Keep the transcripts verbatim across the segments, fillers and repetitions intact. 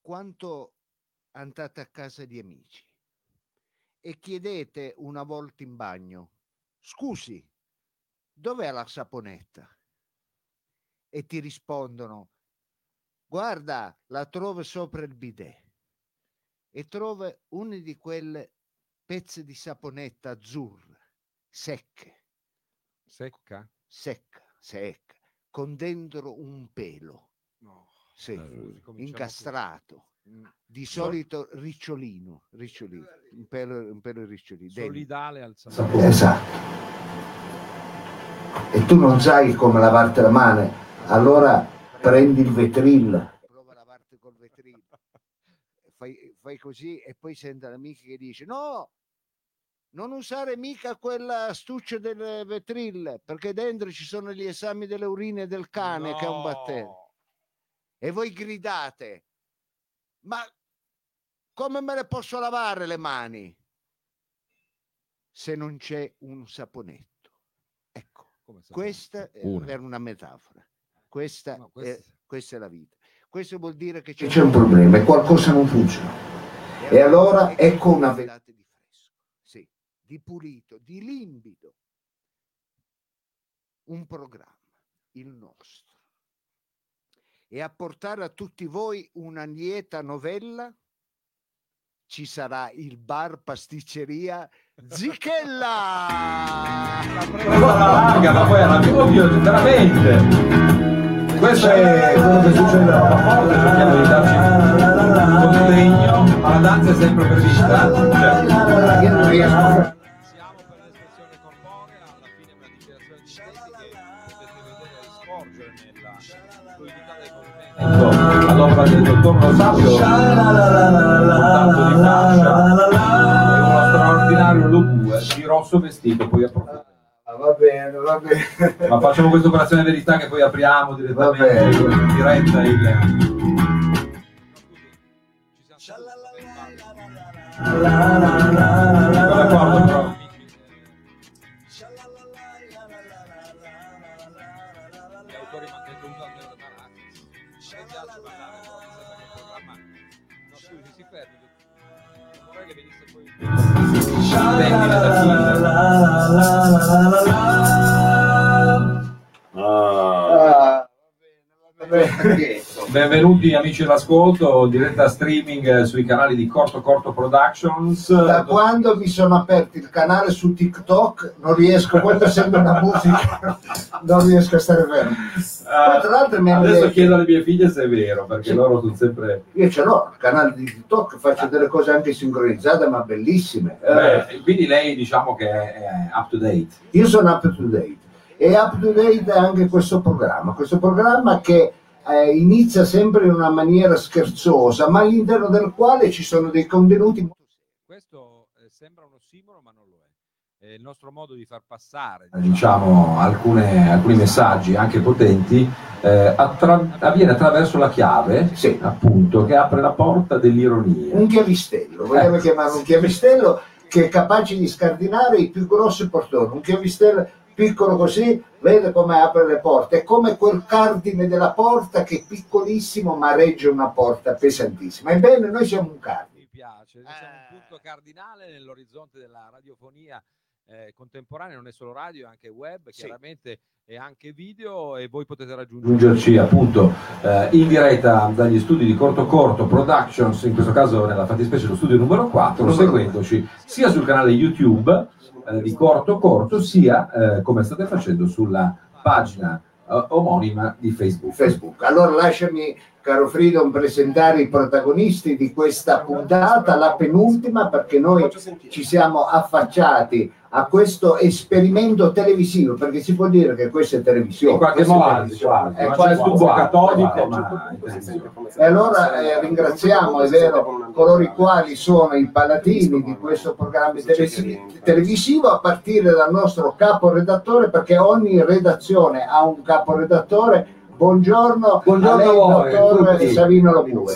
quanto andate a casa di amici e chiedete una volta in bagno: scusi, dov'è la saponetta? E ti rispondono: guarda, la trovo sopra il bidet. E trova una di quelle pezzi di saponetta azzurra, secche. Secca? Secca, secca, con dentro un pelo. No. Sì, Eh, incastrato. Mm. Di solito ricciolino, ricciolino, un pelo, un pelo ricciolino. Solidale al sapone. Esatto. E tu non sai come lavarti la mano, allora prendi il Vetril. Prova a lavarti col Vetril. Fai, fai così e poi senti l'amica che dice: no, non usare mica quella astuccia del Vetril, perché dentro ci sono gli esami delle urine del cane, no, che è un batterio. E voi gridate: ma come me le posso lavare le mani se non c'è un saponetto? Ecco, questa una. È una metafora. Questa, no, questa... È, questa è la vita. Questo vuol dire che c'è, c'è un problema e qualcosa non funziona. E, e allora ecco una verità di fresco, sì, di pulito, di limpido. Un programma, il nostro. E a portare a tutti voi una lieta novella ci sarà il bar pasticceria Zichella. La larga, ma poi alla fine, veramente. Questo è quello che succede a Roccaforte, cerchiamo di darci un contegno, ma la danza è sempre prevista. Cioè, io non riesco. Siamo per l'espressione corporea, alla fine una dichiarazione di tesi che potete vedere riscorgere nella fluidità dei movimenti. All'opera del dottor Rosario, tanto di fascia, e uno straordinario look di rosso vestito, poi approfondito. Va bene, va bene. Ma facciamo questa operazione verità che poi apriamo direttamente in diretta il... Sono d'accordo però. Gli autori mantengono uno al vero Maracas. E già ci parlare del programma. No, scusi, si fermi. Non vorrei che venisse poi... Ah, va bene. Benvenuti amici all'ascolto, diretta streaming sui canali di Corto Corto Productions. Da quando mi sono aperti il canale su TikTok non riesco, quando sento una musica non riesco a stare fermo. Poi, tra l'altro, mi adesso detto, chiedo alle mie figlie se è vero, perché sì, loro sono sempre... Io ce l'ho, il canale di TikTok, faccio delle cose anche sincronizzate ma bellissime. Beh, eh. Quindi lei diciamo che è up to date. Io sono up to date. E up to date anche questo programma, questo programma che eh, inizia sempre in una maniera scherzosa, ma all'interno del quale ci sono dei contenuti. Questo eh, sembra un ossimoro, ma non lo è. È il nostro modo di far passare, diciamo, alcune, alcuni messaggi anche potenti, eh, attra- avviene attraverso la chiave, sì, appunto, che apre la porta dell'ironia. Un chiavistello, vogliamo eh. chiamarlo un chiavistello che è capace di scardinare i più grossi portoni. Un chiavistello piccolo così, vede come apre le porte, è come quel cardine della porta che è piccolissimo ma regge una porta pesantissima. Ebbene, noi siamo un cardine. Mi piace, noi siamo un punto cardinale nell'orizzonte della radiofonia eh, contemporanea, non è solo radio, è anche web, sì, chiaramente, e anche video, e voi potete raggiungerci appunto eh, in diretta dagli studi di Corto Corto Productions, in questo caso nella fattispecie lo studio numero quattro, numero seguendoci sia sul canale YouTube di Corto Corto, sia eh, come state facendo sulla pagina eh, omonima di Facebook. Facebook. Allora lasciami, caro Freedom, presentare i protagonisti di questa puntata, la penultima, perché noi ci siamo affacciati a questo esperimento televisivo, perché si può dire che questa è televisione. In qualche modo è quasi tubo catodico, ma e allora eh, ringraziamo, è vero, coloro i quali sono i paladini di questo programma televisivo, televisivo a partire dal nostro caporedattore, perché ogni redazione ha un caporedattore, Buongiorno, Buongiorno a lei, a voi, dottor tutti. Savino Lo Bue.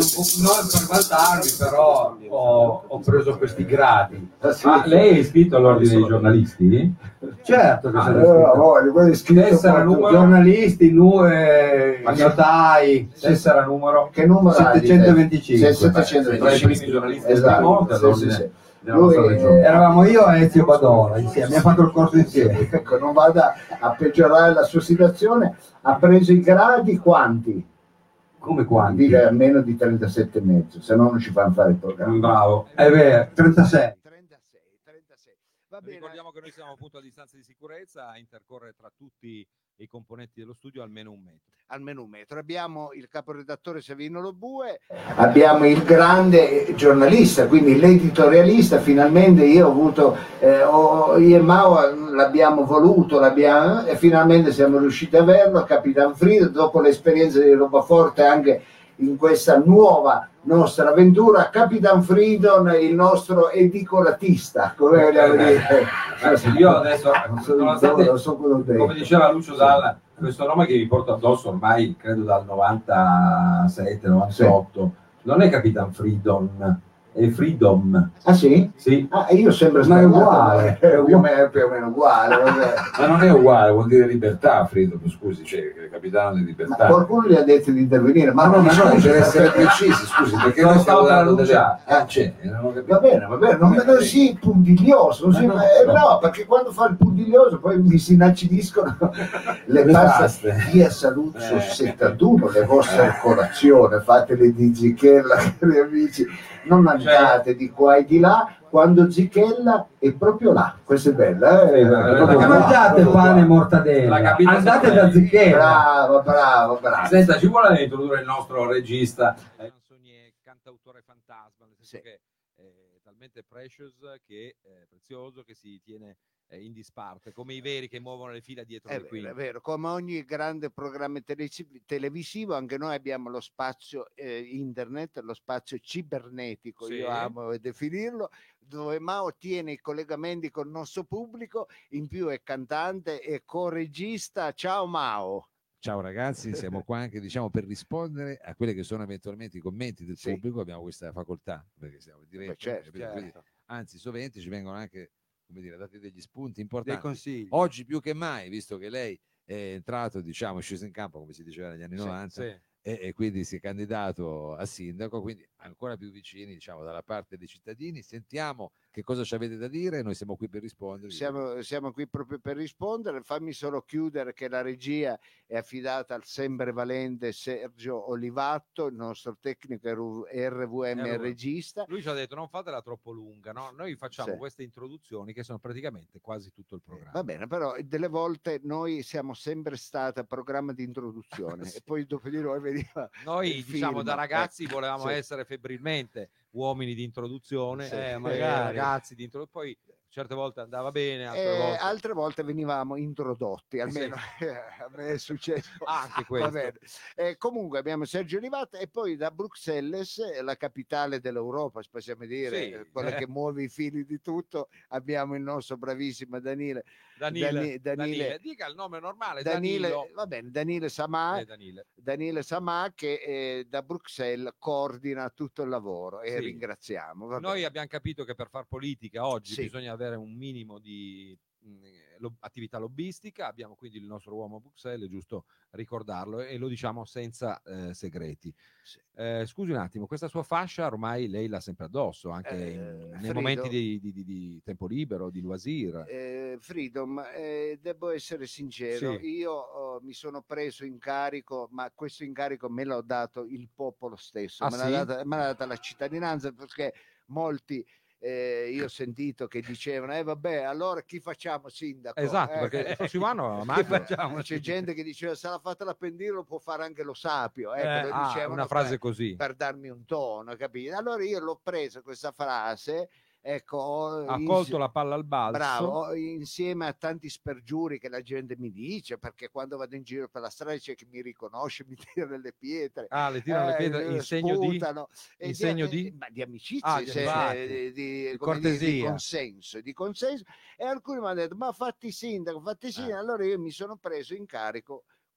Non per vantarmi, però ho, ho preso questi gradi. Ah, sì. Ma lei è iscritto all'ordine dei giornalisti? Certo che Ah, sono Allora, iscritto. voglio, quello è scritto Tessera qua, numero- Giornalisti, nu, eh, Ma che- notai, Tessera numero che numero ha di te? settecentoventicinque. Sei settecentoventicinque. Tra i primi giornalisti del Esatto, Piemonte, sì, all'ordine sì, sì. della nostra Lui, regione. eh, Eravamo io e Ezio Badora insieme, abbiamo fatto il corso insieme. Ecco, non vada a peggiorare la sua situazione. Ha preso i gradi quanti? Come quanti? Dica a meno di trentasette e mezzo, se no non ci fanno fare il programma. Bravo. È vero, trentasei. trentasei, trentasei. Va bene. Ricordiamo che noi siamo appunto a distanza di sicurezza, intercorre tra tutti i componenti dello studio almeno un metro. Almeno un metro. Abbiamo il caporedattore Savino Lo Bue, Abbiamo il grande giornalista, quindi l'editorialista. Finalmente io ho avuto, eh, ho- io e Mao l'abbiamo voluto, l'abbiamo, e finalmente siamo riusciti a averlo, Capitan Frido, dopo l'esperienza di Robaforte anche in questa nuova nostra avventura. Capitan Fridon, il nostro edicolatista, come vogliamo dire. Anzi, io adesso, nonostante, Non so quello che ho come detto. diceva Lucio Dalla, questo nome che mi porto addosso ormai credo dal novantasette novantotto, non è Capitan Freedom, è Freedom. Ah sì? Sì, Ah, io sembra Ma è sbagliato, uguale. è più o meno, più o meno uguale. vabbè. Ma non è uguale, vuol dire libertà, Frido, scusi, cioè, che è capitano di Ma libertà. qualcuno gli ha detto di intervenire, ma Ma no, non ma no, scusi, deve essere perché- precisi, scusi, perché Non noi stavo stiamo per dando delle... annunciare. Ah, c'è, non ho capito. Va bene, va bene, non vedo sì puntiglioso, così, Ma no, ma- eh, no. no, perché quando fa il puntiglioso poi mi si inacidiscono le Le paste. paste. Via Saluzzo Eh. settantuno, le vostre colazioni, fatele di Zichella, cari amici, non andate di qua e di là, quando Zichella è proprio là. Questa è bella, eh? Sì, È ma- proprio ma Ma là. mangiate pane e mortadella, La capita andate sempre. da Zichella. Bravo, bravo, bravo. senta, ci vuole introdurre il nostro regista? Canzonier, cantautore fantasma, nel senso Sì. che è talmente precious che è prezioso, che si tiene eh, in disparte, come i veri che muovono le fila dietro È le vero, quinte. è vero, come ogni grande programma telesi- televisivo, anche noi abbiamo lo spazio eh, internet, lo spazio cibernetico, Sì. io amo definirlo, dove Mao tiene i collegamenti con il nostro pubblico, in più è cantante e co-regista. Ciao Mao. Ciao ragazzi, siamo qua anche diciamo per rispondere a quelli che sono eventualmente i commenti del Sì. pubblico, abbiamo questa facoltà perché siamo diretti, Beh, certo, capito? Quindi, certo. anzi sovente ci vengono anche come dire, dati degli spunti Dei importanti. consigli. Oggi più che mai, visto che lei è entrato, diciamo, è sceso in campo come si diceva negli anni Sì, novanta Sì. e, e quindi si è candidato a sindaco, quindi ancora più vicini diciamo dalla parte dei cittadini. Sentiamo che cosa ci avete da dire, noi siamo qui per rispondere. Siamo, siamo qui proprio per rispondere. Fammi solo chiudere che la regia è affidata al sempre valente Sergio Olivatto, il nostro tecnico R V M R V M. regista. Lui ci ha detto non fatela troppo lunga, no? Noi facciamo Sì. queste introduzioni che sono praticamente quasi tutto il programma. Va bene, però delle volte noi siamo sempre stati programma di introduzione Sì. e poi dopo di noi veniva Noi il diciamo film. da ragazzi Eh, volevamo sì. essere febbrilmente uomini di introduzione, Sì. eh, Eh, magari. ragazzi di introduzione, poi certe volte andava bene, altre Eh, volte altre volte venivamo introdotti, almeno a me è successo. anche Va questo. bene. Eh, comunque abbiamo Sergio Olivatta e poi da Bruxelles, eh, la capitale dell'Europa, possiamo dire, Sì. eh, quella che muove i fili di tutto, abbiamo il nostro bravissimo Danile. Danile, Dani- Danile, Danile- dica il nome normale, Danile, Danilo. va bene, Danile Samà, Eh, Danile. Danile Samà che eh, da Bruxelles coordina tutto il lavoro e Sì. ringraziamo. va Noi bene. abbiamo capito che per far politica oggi Sì. bisogna avere un minimo di mh, lo- attività lobbistica, abbiamo quindi il nostro uomo a Bruxelles, è giusto ricordarlo e lo diciamo senza eh, segreti. Sì. Eh, scusi un attimo, questa sua fascia ormai lei l'ha sempre addosso, anche Eh, in- nei Frido. momenti di, di- di- di tempo libero, di loisir. Eh, Freedom, eh, devo essere sincero, Sì. io oh, mi sono preso in carico, ma questo incarico me l'ha dato il popolo stesso, Ah, me l'ha sì? data, me l'ha data la cittadinanza, perché molti, eh, io ho sentito che dicevano, eh vabbè, allora chi facciamo sindaco? Esatto, Eh, perché il prossimo anno a chi maggio facciamo? C'è gente che diceva, se l'ha fatta la Pendino lo può fare anche lo Sapio, ecco, Eh, lo ah, dicevano una per- frase così. per darmi un tono, capito? Allora io l'ho presa questa frase, ecco, ho Ha ins- colto la palla al balzo. bravo, insieme a tanti spergiuri che la gente mi dice, perché quando vado in giro per la strada c'è chi mi riconosce, mi tira delle pietre, Ah, le tirano le eh, pietre in eh, segno di... sputano, e in di, segno eh, di? ma di amicizia, Ah, di se- amicizia. eh, di, Di come dire, di cortesia. consenso, di consenso. E alcuni mi hanno detto, ma fatti sindaco, fatti sindaco. Eh. Allora io mi sono preso in carico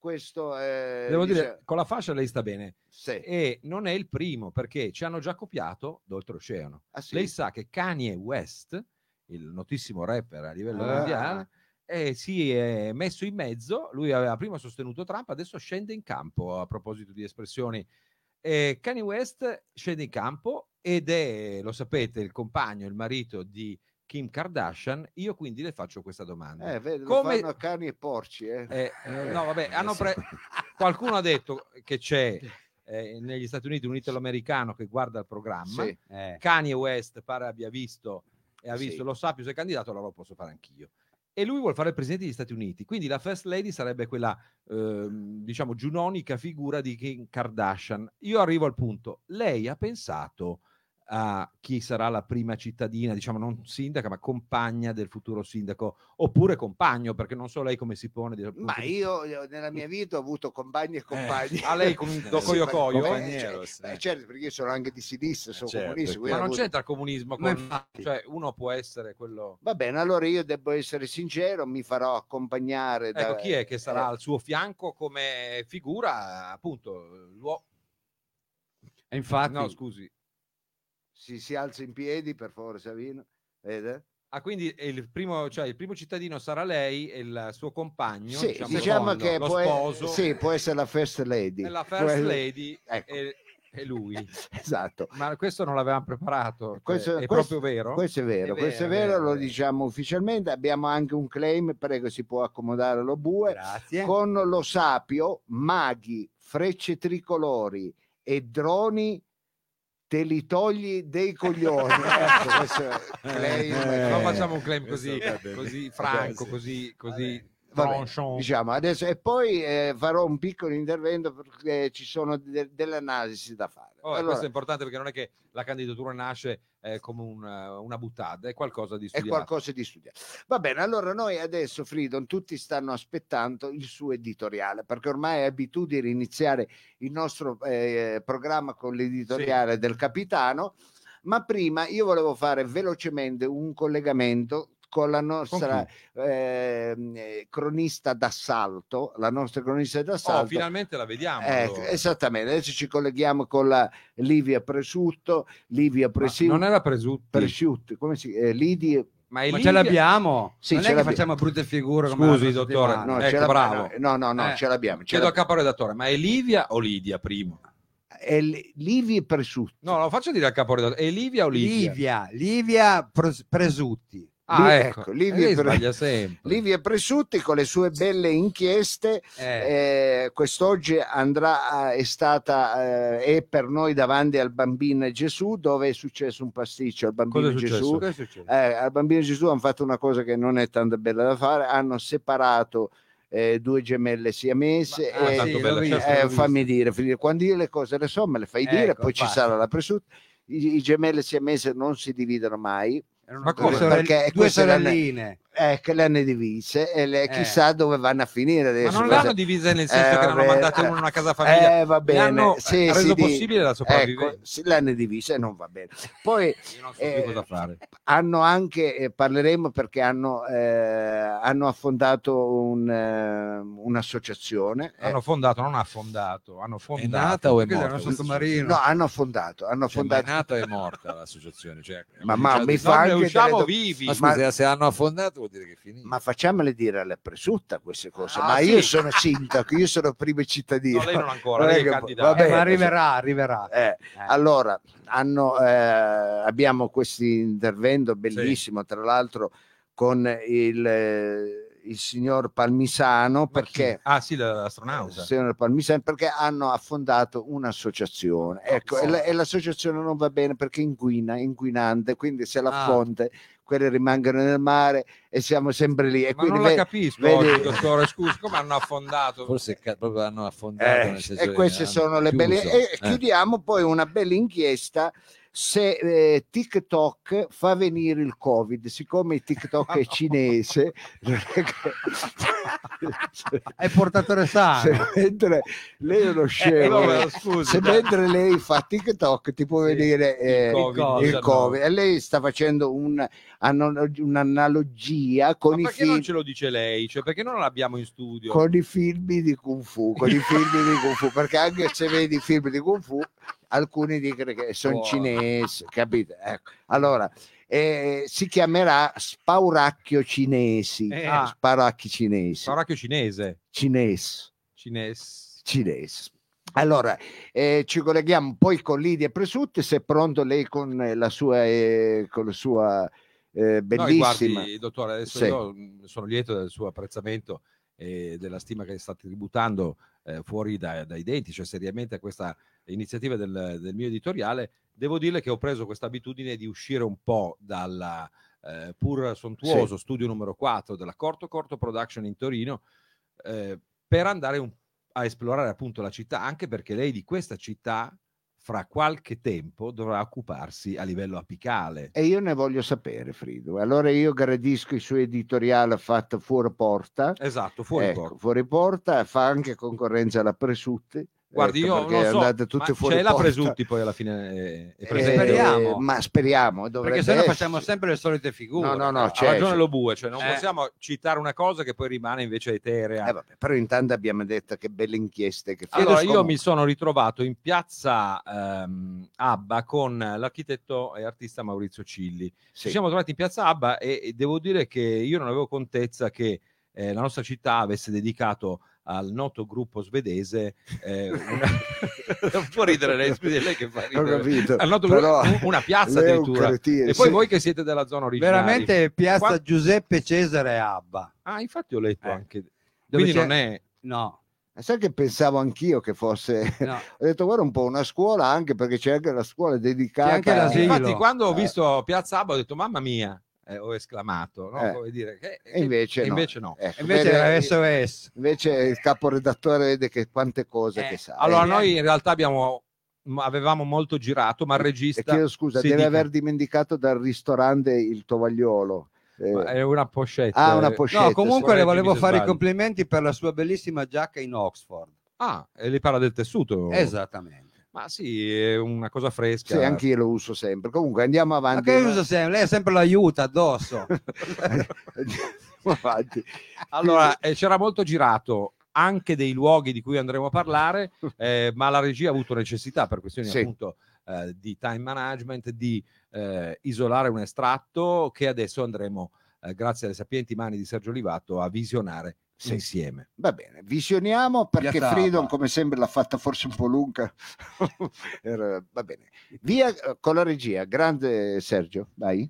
questo eh, Devo dice- dire, con la fascia lei sta bene. sì. E non è il primo, perché ci hanno già copiato d'oltreoceano. Ah, sì? Lei sa che Kanye West, il notissimo rapper a livello Ah. mondiale, eh, si è messo in mezzo. Lui aveva prima sostenuto Trump, adesso scende in campo, a proposito di espressioni. Eh, Kanye West scende in campo ed è, lo sapete, il compagno, il marito di Kim Kardashian. Io quindi le faccio questa domanda. Eh, vedi, lo Come- fanno a cani e porci, eh. Eh, eh, no, vabbè, hanno pre- qualcuno ha detto che c'è eh, negli Stati Uniti un italo-americano che guarda il programma. Sì. Eh. Kanye West pare abbia visto e ha Sì. visto, lo sappio, se è candidato, allora lo posso fare anch'io. E lui vuole fare il presidente degli Stati Uniti, quindi la First Lady sarebbe quella, ehm, diciamo, giunonica figura di Kim Kardashian. Io arrivo al punto, lei ha pensato a chi sarà la prima cittadina, diciamo non sindaca, ma compagna del futuro sindaco, oppure compagno, perché non so lei come si pone. dal punto Ma di- io io nella mia vita ho avuto compagni e compagni. Ah, lei con un Sì, docoio ma- coio? eh, Compagnero, cioè, sì. eh, certo, perché io sono anche di sinistra, sono certo, comunista. è quindi Ma ho non avuto- c'entra il comunismo Ma con... infatti. Cioè, uno può essere quello... Va bene, allora io devo essere sincero, mi farò accompagnare da... Ecco, chi è che sarà eh, al suo fianco come figura? Appunto, l'uomo... E infatti, No, scusi. si, si alza in piedi, per favore, Savino. Vede? Ah, quindi il primo, cioè, il primo cittadino sarà lei e il suo compagno, Sì, diciamo, diciamo secondo, che lo può, sposo, sì, può essere la first lady. e la first Quello- lady Ecco. e, e lui. Esatto. Ma questo non l'avevamo preparato, cioè, Questo, è questo- proprio vero? questo è vero, È questo è vero, vero, è vero, lo è vero. diciamo ufficialmente. Abbiamo anche un claim, prego, si può accomodare lo bue, grazie. con lo sapio, maghi, frecce tricolori e droni, te li togli dei coglioni. Ecco, questo è claim. Eh, Non che- facciamo un claim così, questo va bene. così franco, Sì. così, così Vabbè, tranchant. diciamo adesso, e poi eh, farò un piccolo intervento perché ci sono de- delle analisi da fare. Oh, e Allora, questo è importante perché non è che la candidatura nasce eh, come un, una buttata, è qualcosa di è studiato. qualcosa di studiato. Va bene, allora noi adesso, Freedom, tutti stanno aspettando il suo editoriale, perché ormai è abitudine iniziare il nostro eh, programma con l'editoriale del capitano, ma prima io volevo fare velocemente un collegamento con la nostra ehm, eh, cronista d'assalto, la nostra cronista Oh, d'assalto. finalmente la vediamo. Ecco, allora. esattamente, adesso ci colleghiamo con la Livia Presutto, Livia Ma Presutto, non era Presutti, Presciutto, come si eh, Lidia ma è Ma Livia- ce l'abbiamo. Sì, non ce è che l'abbiamo. facciamo brutte figure come Scusi, l'altra dottore. settimana. no, ecco, ce l'abbiamo, bravo. no, no, no, Eh, ce l'abbiamo, ce Chiedo al l'abbiamo. caporedattore, ma è Livia o Lidia primo? È Li- Livia Presutto. No, lo faccio dire al caporedattore, è Livia o Livia? Livia, Livia Pres- Presutti. Ah, Li- ecco, ecco, e Livia lei Pre- sbaglia sempre. Livia Presutti con le sue belle inchieste. Eh. Eh, quest'oggi andrà a- è stata eh, è per noi davanti al bambino Gesù, dove è successo un pasticcio al bambino Cosa è successo? Gesù. Cosa è successo? Eh, al bambino Gesù hanno fatto una cosa che non è tanto bella da fare, hanno separato eh, due gemelle siamese. Ma- ah, e, sì, tanto bella, l'ho certo, visto, eh, l'ho visto. fammi dire, fammi- quando io le cose le so me le fai dire, Ecco, poi ci infatti. sarà la presunta. I, i gemelli siamese non si dividono mai, Erano Ma due come? sorelle- Perché due queste le hanno- sorelline. eh, che le hanno divise e le, Eh. chissà dove vanno a finire Ma adesso. non le queste- hanno divise nel senso Eh, che ne hanno vabbè, mandate eh, uno in una casa famiglia. Eh, va Le bene, hanno sì, eh, reso si di- possibile la sopravvivenza. Ecco, sì, le hanno divise e non va bene. Poi Io non so più eh, cosa fare. hanno anche, eh, parleremo perché hanno, eh, hanno affondato un, eh, un'associazione. eh, Hanno fondato, non affondato, hanno È fondato. nata o è Cos'era, morta? uno sottomarino? no, hanno affondato, hanno Cioè, ma è affondato. nata o è morta l'associazione? Cioè, Ma- hanno ma cominciato mi di- fa No, anche ne delle usciamo do- vivi. Ma scusi, se hanno affondato vuol dire che è finita. Ma facciamole dire alla Presutta queste cose. Ah, ma sì. io sono sindaco, io sono primo cittadino. No, lei non ancora, Non è lei è che- candidato. va bene. Eh, ma arriverà, arriverà. Eh, Eh. Allora, hanno, eh, abbiamo questo intervento bellissimo, tra l'altro, con il, eh, il signor Palmisano, Ma chi? perché, Ah sì, il l'astronauta. signor Palmisano, perché hanno affondato un'associazione. Ecco, e, la- e l'associazione non va bene perché inquina, inquinante, quindi se la Ah. fonte, quelle rimangono nel mare e siamo sempre lì. E Ma quindi non la ve- capisco vedi- oggi, dottore, scusi, come hanno affondato? Forse ca- proprio hanno affondato. Eh, nel senso e che queste hanno sono le chiuso. belle. E Eh. chiudiamo poi una bella inchiesta se eh, TikTok fa venire il Covid, siccome TikTok è cinese, È portatore sano. se mentre lei è uno scemo, Eh, no, scusi, se dai. mentre lei fa TikTok ti può Sì, venire eh, il il, Covid, Covid, e lei sta facendo un, ano- un'analogia con Ma i perché film non ce lo dice lei? Cioè, perché non l'abbiamo in studio? con i film di Kung Fu, con i film di Kung Fu, perché anche se vedi i film di Kung Fu, alcuni dicono che sono Oh. cinesi, capite? Ecco. Allora, eh, si chiamerà Spauracchio Cinesi, Eh. ah, Spauracchi Cinesi, Spauracchio cinese. Cinese, Cinese. cinese. Allora, eh, ci colleghiamo poi con Lidia Presutti, se è pronto lei con eh, la sua, eh, con la sua eh, No, bellissima... guardi, dottore, adesso Sì. io mh, sono lieto del suo apprezzamento e della stima che sta tributando eh, fuori da- dai denti, cioè seriamente a questa iniziativa del, del mio editoriale. Devo dire che ho preso questa abitudine di uscire un po' dal eh, pur sontuoso studio numero quattro della Corto Corto Production in Torino eh, per andare un- a esplorare appunto la città, anche perché lei di questa città fra qualche tempo dovrà occuparsi a livello apicale. E io ne voglio sapere, Frido. Allora io gradisco il suo editoriale fatto fuori porta. Esatto, fuori Ecco, porta. fuori porta, fa anche concorrenza alla Presutti. Guardi, ecco, io perché non so, andate tutte ma fuori c'è la porta. Presutti poi alla fine è, è Eh, presente. Speriamo. ma speriamo, dovrebbe Perché se no esserci. facciamo sempre le solite figure. No, no, no, Ha c'è, ragione c'è. lo bue, cioè non Eh. possiamo citare una cosa che poi rimane invece eterea. Eh, vabbè, però intanto abbiamo detto che belle inchieste che fa. Allora, io Comunque, mi sono ritrovato in piazza ehm, Abba con l'architetto e artista Maurizio Cilli. sì. Ci siamo trovati in piazza Abba e, e devo dire che io non avevo contezza che eh, la nostra città avesse dedicato al noto gruppo svedese eh, una... non può ridere lei, scusi, è lei che fa Ho ridere. capito, Al noto però gruppo, una piazza lei è un addirittura. cretino, E poi sì. voi che siete della zona originaria. Veramente piazza Qua- Giuseppe Cesare Abba. Ah, infatti ho letto Eh. anche. Dove Quindi c'è- non è. No, Sai che pensavo anch'io che fosse... no. Ho detto guarda un po' una scuola, anche perché c'è anche la scuola dedicata... C'è anche l'asilo. Infatti, quando ho Eh. visto Piazza Abba ho detto mamma mia, eh, ho esclamato, no? Eh. Come dire, che, E invece e no. invece no. Ecco, Invece vede- era S O S. Invece il caporedattore vede che quante cose Eh, che sa. Allora, eh. noi in realtà abbiamo m- avevamo molto girato, ma il E regista chiedo scusa, si deve dica- aver dimenticato dal ristorante il tovagliolo. Eh, ma è una pochette. ah, una eh. pochette. No, comunque le correggimi volevo se fare i sbaglio. complimenti per la sua bellissima giacca in Oxford. Ah, e lei parla del tessuto. Esattamente. Ma sì, è una cosa fresca. Sì, anche io lo uso sempre. Comunque andiamo Ma avanti. che usa sempre? Lei ha sempre l'aiuto addosso. Andiamo avanti. Allora, eh, c'era molto girato anche dei luoghi di cui andremo a parlare, eh, ma la regia ha avuto necessità per questioni Sì. appunto eh, di time management di eh, isolare un estratto che adesso andremo, eh, grazie alle sapienti mani di Sergio Olivato, a visionare Sì. insieme. Va bene, visioniamo perché Piazza Freedom, Abba. come sempre, l'ha fatta forse un po' lunga. Era- Va bene. Via eh, con la regia. Grande Sergio, vai.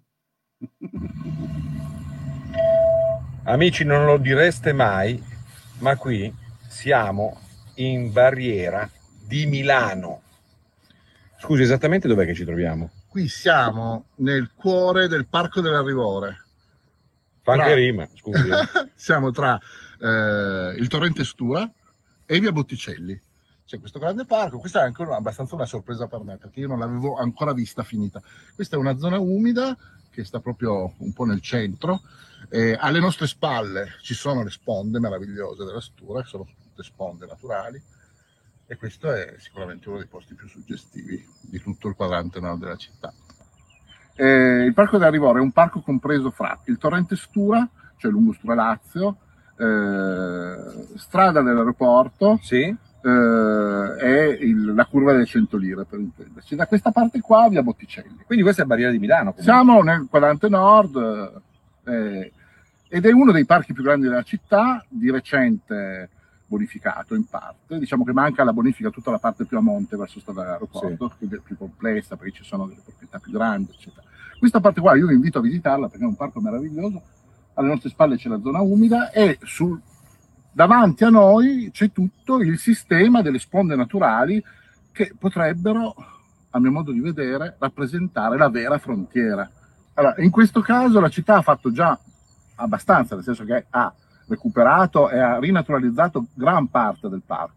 Amici, non lo direste mai, ma qui siamo in Barriera di Milano. Scusi, esattamente dov'è che ci troviamo? Qui siamo nel cuore del Parco della Rivore. Fa anche Bravo. rima, scusi. eh. Siamo tra eh, il torrente Stua e via Botticelli. C'è questo grande parco, questa è anche una- abbastanza una sorpresa per me perché io non l'avevo ancora vista finita. Questa è una zona umida che sta proprio un po' nel centro. Eh, alle nostre spalle ci sono le sponde meravigliose della Stura, che sono tutte sponde naturali, e questo è sicuramente uno dei posti più suggestivi di tutto il quadrante nord della città. Eh, il Parco della Rivore è un parco compreso fra il torrente Stura, cioè lungo Stura Lazio, eh, strada dell'aeroporto, Sì? eh, e il- la curva delle cento lire, per intenderci. Da questa parte qua via Botticelli. Quindi questa è Barriera di Milano. comunque. Siamo nel quadrante nord eh, ed è uno dei parchi più grandi della città, di recente bonificato in parte. Diciamo che manca la bonifica tutta la parte più a monte verso strada dell'aeroporto, che è più complessa perché ci sono delle proprietà più grandi, eccetera. Questa parte qua io vi invito a visitarla perché è un parco meraviglioso. Alle nostre spalle c'è la zona umida e sul, davanti a noi c'è tutto il sistema delle sponde naturali che potrebbero, a mio modo di vedere, rappresentare la vera frontiera. Allora, in questo caso la città ha fatto già abbastanza, nel senso che ha recuperato e ha rinaturalizzato gran parte del parco.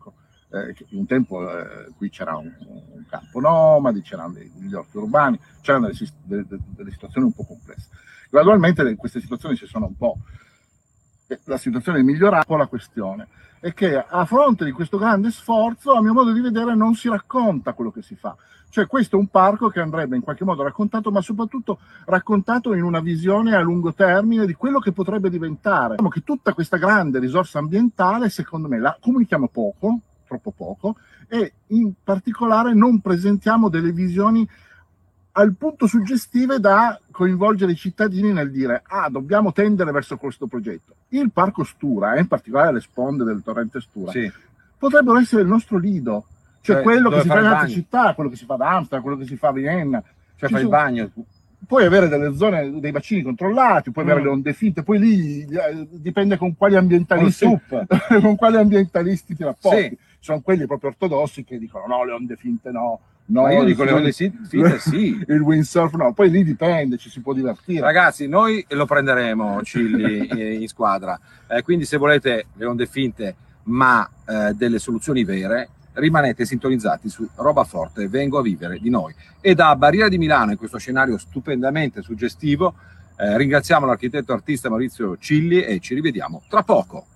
Eh, che un tempo eh, qui c'era un, un campo nomadi, c'erano dei, degli orti urbani, c'erano delle, delle, delle situazioni un po' complesse. Gradualmente queste situazioni si sono un po'... la situazione è migliorata. La questione è che a fronte di questo grande sforzo, a mio modo di vedere, non si racconta quello che si fa. Cioè questo è un parco che andrebbe in qualche modo raccontato, ma soprattutto raccontato in una visione a lungo termine di quello che potrebbe diventare. Diciamo che tutta questa grande risorsa ambientale, secondo me, la comunichiamo poco, troppo poco, e in particolare non presentiamo delle visioni al punto suggestive da coinvolgere i cittadini nel dire ah, dobbiamo tendere verso questo progetto. Il parco Stura, e in particolare le sponde del torrente Stura, sì, potrebbero essere il nostro lido, cioè, cioè quello che si fa in altre città, quello che si fa ad Amsterdam, quello che si fa a Vienna. Cioè fai il bagno. Puoi avere delle zone, dei bacini controllati, puoi mm. avere le onde finte, poi lì eh, dipende con quali ambientalisti con quali ambientalisti ti rapporti. Sì. Sono quelli proprio ortodossi che dicono no, le onde finte no. No, ma io dico le onde finte sì. Il windsurf no, poi lì dipende, ci si può divertire. Ragazzi, noi lo prenderemo Cilli in squadra, eh, quindi se volete le onde finte ma eh, delle soluzioni vere, rimanete sintonizzati su Roba Forte, vengo a vivere di noi. E da Barriera di Milano, in questo scenario stupendamente suggestivo, eh, ringraziamo l'architetto artista Maurizio Cilli e ci rivediamo tra poco.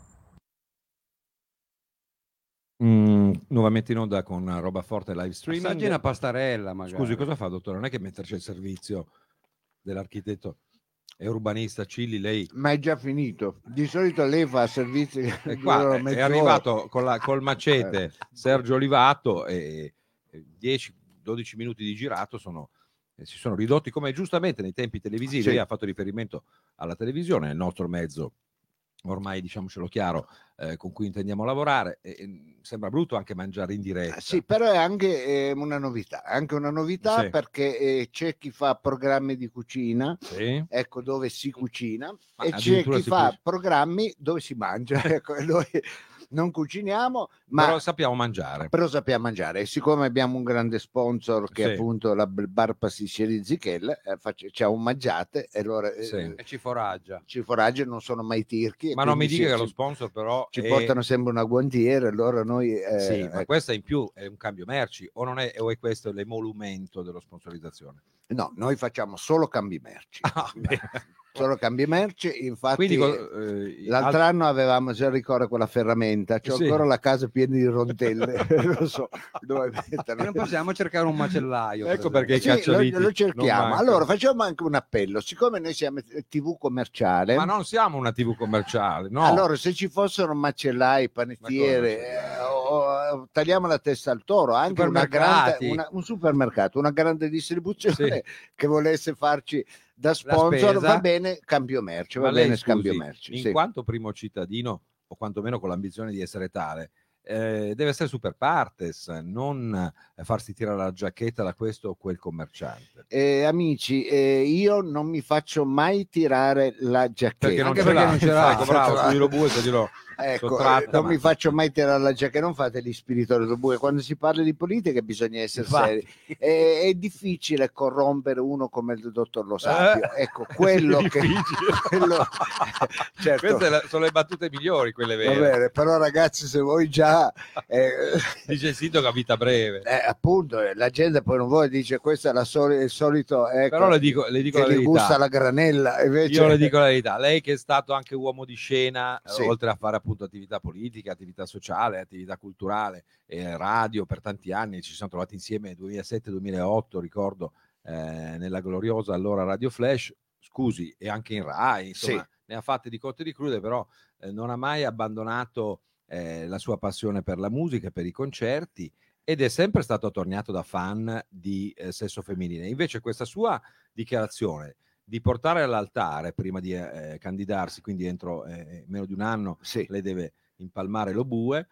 Mm, nuovamente in onda con Roba Forte live streaming. Assaggi una pastarella magari. Scusi, cosa fa, dottore? Non è che metterci il servizio dell'architetto e urbanista Cilli, lei... Ma è già finito. Di solito lei fa servizi... E qua è, è arrivato con la, col macete Sergio Olivato e dieci dodici minuti di girato sono, eh, si sono ridotti, come giustamente nei tempi televisivi. Sì. Lei ha fatto riferimento alla televisione, è il nostro mezzo ormai, diciamocelo chiaro, eh, con cui intendiamo lavorare. E, e sembra brutto anche mangiare in diretta. Sì, però è anche eh, una novità, anche una novità, sì, perché eh, c'è chi fa programmi di cucina, sì, ecco, dove si cucina, ma e c'è chi fa può... programmi dove si mangia, ecco, e noi non cuciniamo, ma però sappiamo mangiare. Però sappiamo mangiare. E siccome abbiamo un grande sponsor che sì, è appunto la Bar Pasticceria Zichel, eh, faccia, c'è un mangiate e allora sì, eh, e ci foraggia. Ci foraggia, non sono mai tirchi. Ma non mi dica che lo sponsor però ci è... portano sempre una guantiera, allora noi eh, sì, ecco. Ma questa in più è un cambio merci o non è, o è questo l'emolumento dello sponsorizzazione? No, noi facciamo solo cambi merci. Ah, solo cambi merci, infatti. Quindi, eh, l'altro alt... anno avevamo, se ricordo, quella ferramenta, c'ho sì, ancora la casa piena di rondelle. Non so dove metterle. Non possiamo cercare un macellaio, ecco per perché sì, i cacciaviti lo, lo cerchiamo. Allora facciamo anche un appello, siccome noi siamo tivù commerciale, ma non siamo una tivù commerciale, no. Allora se ci fossero macellai, panettiere, eh, o, tagliamo la testa al toro, anche una grande, una, un supermercato, una grande distribuzione, sì, che volesse farci da sponsor, va bene cambio merci, va bene scambio merci. In sì, quanto primo cittadino, o quantomeno con l'ambizione di essere tale, eh, deve essere super partes, non farsi tirare la giacchetta da questo o quel commerciante. Eh, amici, eh, io non mi faccio mai tirare la giacchetta. Perché non Anche ce perché l'ha, non ce l'ha. Ecco, bravo, su Robue se glielo ecco, sottratta, non ma... mi faccio mai tirare la giacchetta, non fate gli spiritori Robue. Quando si parla di politica bisogna essere Infatti. seri. È, è difficile corrompere uno come il dottor Lo Sapio. Eh, ecco, quello che... quello... certo. Queste la, sono le battute migliori, quelle vere. Bene, però ragazzi, se voi già... Eh, dice il sindaco a vita breve. Eh, appunto, la gente poi non vuole, dice questo è la soli- il solito, ecco, però le dico, le dico che la gli verità, gusta la granella, invece... io le dico la verità, lei che è stato anche uomo di scena, sì, oltre a fare appunto attività politica, attività sociale, attività culturale, eh, radio per tanti anni, ci siamo trovati insieme nel duemilasette duemilaotto, ricordo, eh, nella gloriosa allora Radio Flash, scusi, e anche in Rai, insomma, sì, ne ha fatte di cotte e di crude, però eh, non ha mai abbandonato eh, la sua passione per la musica, per i concerti, ed è sempre stato attorniato da fan di eh, sesso femminile. Invece questa sua dichiarazione di portare all'altare prima di eh, candidarsi, quindi entro eh, meno di un anno, sì, lei deve impalmare lo bue,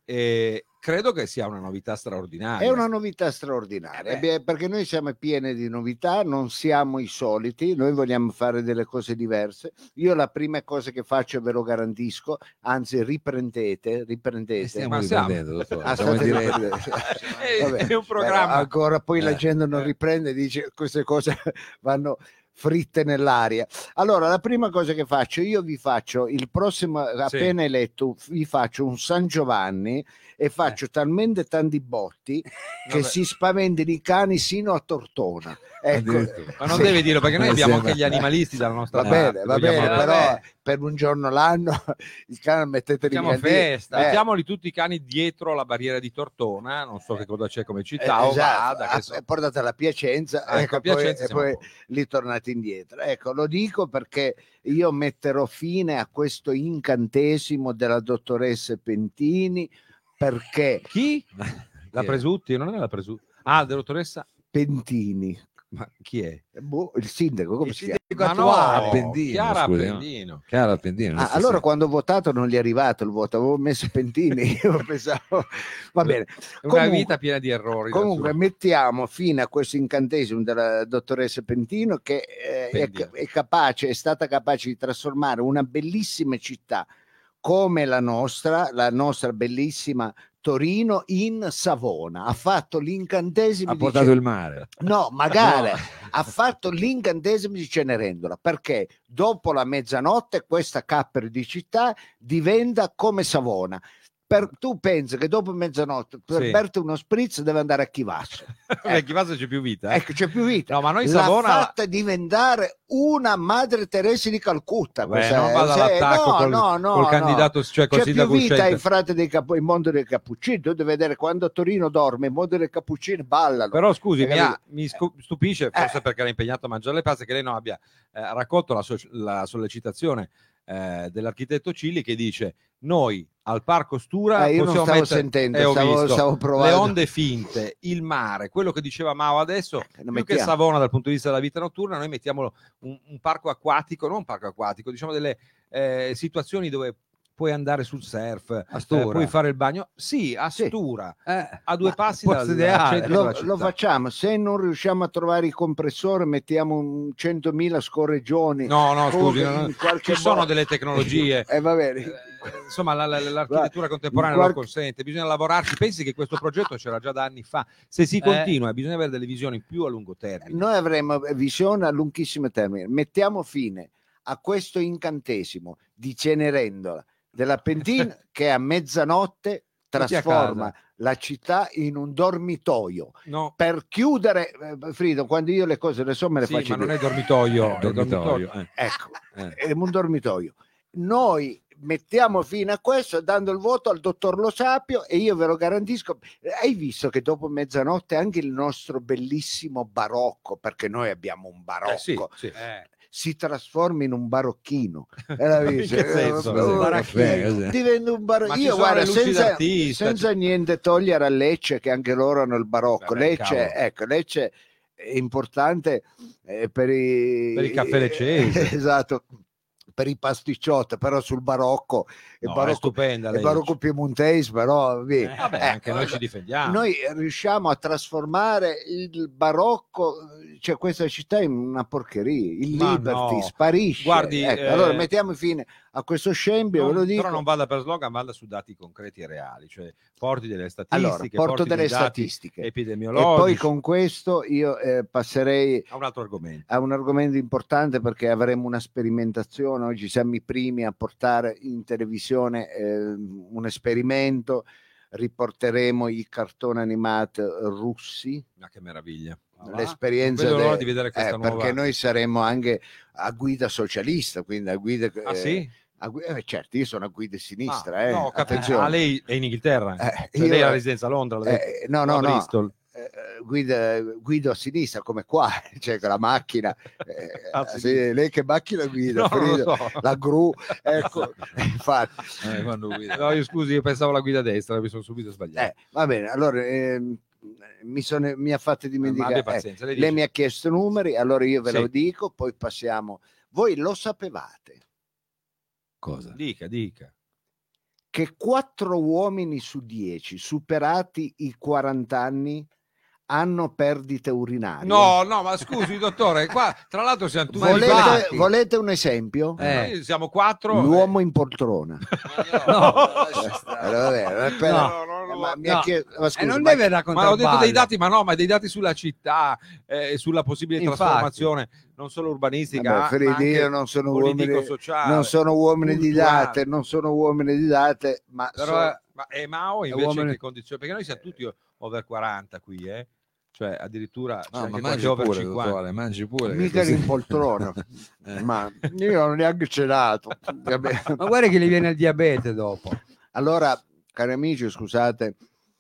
e credo che sia una novità straordinaria. È una novità straordinaria, eh perché noi siamo pieni di novità, non siamo i soliti, noi vogliamo fare delle cose diverse. Io la prima cosa che faccio, ve lo garantisco, anzi riprendete, riprendete. Stiamo riprendendo, dottore. Stiamo in diretta. Vabbè, è un programma. Ancora poi eh, la gente non riprende, dice queste cose vanno fritte nell'aria. Allora, la prima cosa che faccio, io vi faccio il prossimo, appena eletto, vi faccio un San Giovanni e faccio eh. talmente tanti botti che Vabbè. si spaventino i cani sino a Tortona. Ecco, ma non sì. devi dirlo perché noi abbiamo sembra. anche gli animalisti dalla nostra Va parte. bene, va vogliamo bene, avere. però per un giorno l'anno il cane metteteli Facciamo via. festa, Eh. mettiamoli tutti i cani dietro la barriera di Tortona, non so che cosa c'è come città, Eh, o esatto, vada, che so. ah, portate alla Piacenza, Ah, ecco, a Piacenza poi, e siamo poi a posto. li tornate indietro. Ecco, lo dico perché io metterò fine a questo incantesimo della dottoressa Pentini, perché Chi? La Chi è? Presutti? Non è la Presutti. Ah, la dottoressa? Pentini, Ma chi è? boh, il sindaco, come Il si chiama? Ma attuale. no, Appendino, Chiara scusi, no? Appendino. Chiara Appendino. Ah, allora quando ho votato non gli è arrivato il voto, avevo messo Pentini, io pensavo, va bene. Una Comunque- vita piena di errori. da Comunque solo. mettiamo fine a questo incantesimo della dottoressa Pentino che eh, è, Pentino. è capace, è stata capace di trasformare una bellissima città come la nostra, la nostra bellissima Torino, in Savona. Ha fatto l'incantesimo ha di portato Ce- il mare. No, magari No. ha fatto l'incantesimo di Cenerentola, perché dopo la mezzanotte questa cappero di città diventa come Savona. Per, tu pensi che dopo mezzanotte per Sì. berti uno spritz deve andare a Chivasso. Perché chi va se c'è più vita. eh. Ecco, c'è più vita. No, ma noi in L'ha Savona fatta diventare una Madre Teresa di Calcutta. Beh, questa non è- vada sì, all'attacco no, col, no, no, col no. candidato, cioè col C'è più sindaco vita uscente. in frate dei Capu- in mondo dei Cappuccini. Tu devi vedere quando a Torino dorme, in mondo dei Cappuccini ballano. Però scusi, Hai mi, ha- capito? mi scu- stupisce, forse Eh. perché era impegnato a mangiare le pazze, che lei non abbia eh, raccolto la, so- la sollecitazione eh, dell'architetto Cilli che dice: noi al Parco Stura Eh, io non possiamo stavo mettere sentendo, eh, ho stavo- visto, stavo le provando. onde finte, il mare, quello che diceva Mao adesso, Eh, lo più che mettiamo. Savona dal punto di vista della vita notturna, noi mettiamo un, un parco acquatico, non un parco acquatico, diciamo delle eh, situazioni dove puoi andare sul surf, A eh, Stura. puoi fare il bagno, sì, a Sì. Stura, Eh, a due Ma passi posto dal, dal ideale. centro Lo, della città. lo facciamo, se non riusciamo a trovare i compressori mettiamo un centomila scorreggioni. No, no, scusi, Comunque, no, in qualche ci sono modo- delle tecnologie. Eh, va bene. Eh, insomma, la- la- l'architettura contemporanea in qualche- lo consente, bisogna lavorarci. Pensi che questo progetto c'era già da anni fa. Se si Eh. continua, bisogna avere delle visioni più a lungo termine. Noi avremo visione a lunghissimo termine. Mettiamo fine a questo incantesimo di Cenerentola della Pentina che a mezzanotte Tutti a trasforma casa. la città in un dormitoio. No, Per chiudere, eh, Frido, quando io le cose le so me le sì, faccio ma non dire. è dormitoio, Eh, è dormitorio, dormitorio. eh. Ecco, Eh. è un dormitoio. Noi mettiamo fine a questo dando il voto al dottor Lo Sapio e io ve lo garantisco. Hai visto che dopo mezzanotte anche il nostro bellissimo barocco, perché noi abbiamo un barocco, Eh, sì, sì. eh. si trasforma in un barocchino. Eh, l'hai In visto? che senso? Eh, Un baracchino. così. diventa un bar- Ma ci io sono guarda le luci senza, d'artista, senza niente togliere a Lecce che anche loro hanno il barocco. Vabbè, Lecce, cavolo. ecco, Lecce è importante eh, per i Per il caffè leccese. esatto, per i pasticciotti, però sul barocco il No, è barocco, stupenda il lei. barocco piemontese, però via. Eh, vabbè, Eh, anche noi ci difendiamo. noi riusciamo a trasformare il barocco, cioè questa città, in una porcheria. Il Ma Liberty no. sparisce. Guardi, Ecco, eh, allora mettiamo fine a questo scempio, Non- ve lo dico. però non vada per slogan, vada su dati concreti e reali, cioè porti delle Allora, statistiche, porto porti delle dei dati statistiche. E epidemiologici. poi con questo io eh, passerei a un altro argomento. a un argomento importante, perché avremo una sperimentazione. Oggi siamo i primi a portare in televisione eh, un esperimento. Riporteremo i cartoni animati russi, Ma che meraviglia. l'esperienza Non vedo l'ora de- di vedere questa eh, nuova- perché noi saremo anche a guida socialista, quindi a guida Ah, eh, sì? a gui- eh, certo, io sono a guida sinistra, Ah, eh, no, ho capito. attenzione. Ah, lei è in Inghilterra? Eh, Cioè, io- lei ha la residenza a Londra? l'ha detto? Eh, no, O no, a no. Bristol? Eh, guida, guido a sinistra come qua, cioè con la macchina. eh, A sì, sinistra. lei che macchina guida? No, non lo Frido? so. La gru, ecco, infatti. Eh, quando guida. No, io scusi, io pensavo alla guida destra, mi sono subito sbagliato. Eh, va bene, allora ehm, mi, sono, mi ha fatto Ma dimenticare. abbia pazienza, lei Eh, lei dice- mi ha chiesto numeri, allora io ve Sì. lo dico, poi passiamo. Voi lo sapevate Cosa? Dica, dica. che quattro uomini su dieci superati i quaranta anni hanno perdite urinarie? No, no, ma scusi, dottore, qua tra l'altro siamo tutti Volete, fatti. volete un esempio? Eh, noi siamo quattro. L'uomo in poltrona. No. Allora, va bene, aspetta. No. no, no, no. ma mi ha No, chiesto, ma e scusa, non ma- deve Ma ho raccontare detto dei dati, ma no, ma dei dati sulla città, eh, sulla possibile Infatti. trasformazione non solo urbanistica, Vabbè, ma Fridi, anche io non sono uomini, politico-sociale. non sono uomini di culturale. date, non sono uomini di date, ma Però sono- è- Ma e Mao È invece in uomini- che condizioni? Perché noi siamo tutti over quaranta qui, eh? Cioè addirittura c'è No, anche ma qualche mangi over pure, cinquanta. dottore, mangi pure. che mica così- rimpoltrona. Eh. Ma io non ho neanche cenato. Vabbè. Ma guarda che gli viene il diabete dopo. Allora, cari amici, scusate,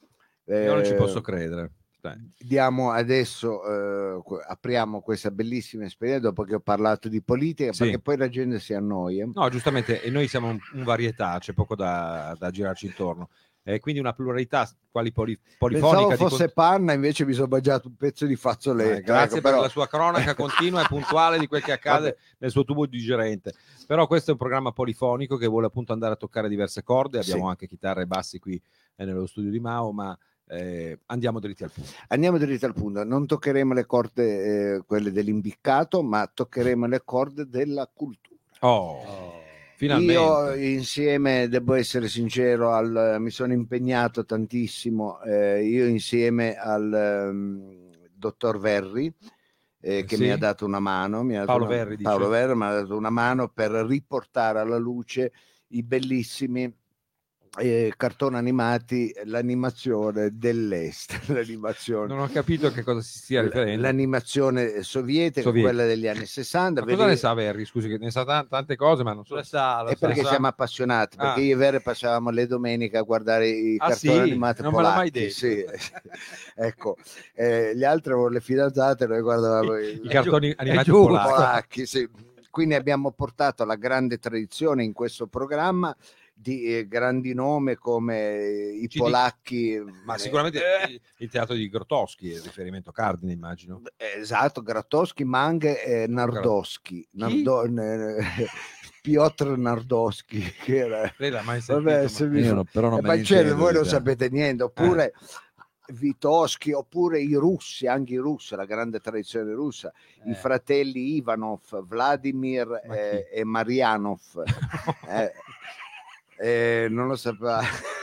Io non ci eh, posso credere. Dai. diamo adesso, eh, que- apriamo questa bellissima esperienza dopo che ho parlato di politica, Sì. perché poi la gente si annoia. No, giustamente, e noi siamo un, un varietà, c'è poco da, da girarci intorno. E quindi una pluralità quali poli, polifonica. Pensavo di fosse con- panna, invece mi sono mangiato un pezzo di fazzoletto. Eh, grazie ecco, per però- la sua cronaca continua e puntuale di quel che accade Vabbè. nel suo tubo digerente. Però questo è un programma polifonico che vuole appunto andare a toccare diverse corde. Abbiamo Sì. anche chitarre e bassi qui eh, nello studio di Mao, ma eh, andiamo dritti al punto. Andiamo dritto al punto, non toccheremo le corde, eh, quelle dell'imbiccato, ma toccheremo le corde della cultura. Oh, finalmente. Io insieme, devo essere sincero, al, mi sono impegnato tantissimo, eh, io insieme al ehm, dottor Verri, eh, che Sì. mi ha dato una mano, mi ha dato Paolo una- Verri, dice. Paolo Verri mi ha dato una mano per riportare alla luce i bellissimi eh, cartoni animati, l'animazione dell'est, l'animazione. Non ho capito a che cosa si stia riferendo. L'animazione sovietica, Sovietica. quella degli anni sessanta. Ma cosa vedi- ne sa Verri? Scusi, che ne sa tan- tante cose, ma non so. Lo sa, lo È sa. perché sa. siamo appassionati, perché Ah. io e Vere passavamo le domeniche a guardare i Ah, cartoni sì? animati Non me l'ha mai polacchi. detto. Sì. Ecco, eh, gli altri avevano le fidanzate, noi guardavamo i, I cartoni animati giusto. polacchi. polacchi. Sì. Quindi abbiamo portato la grande tradizione in questo programma di eh, grandi nomi come eh, i Ci polacchi. Ma eh, sicuramente il- il teatro di Grotowski è il riferimento cardine, immagino. Eh, Esatto, Grotowski, ma anche eh, Nardowski, Nardo- eh, Piotr Nardowski, che era... Lei l'ha mai sentito? Vabbè, ma- se mi Io fa- no- però non Eh, me ma ne c'è, intendo voi di non te. sapete niente, oppure Vitoschi, oppure i russi, anche i russi, la grande tradizione russa, i Eh. fratelli Ivanov, Vladimir Ma eh, e Marianov. Eh, eh, non lo sapeva.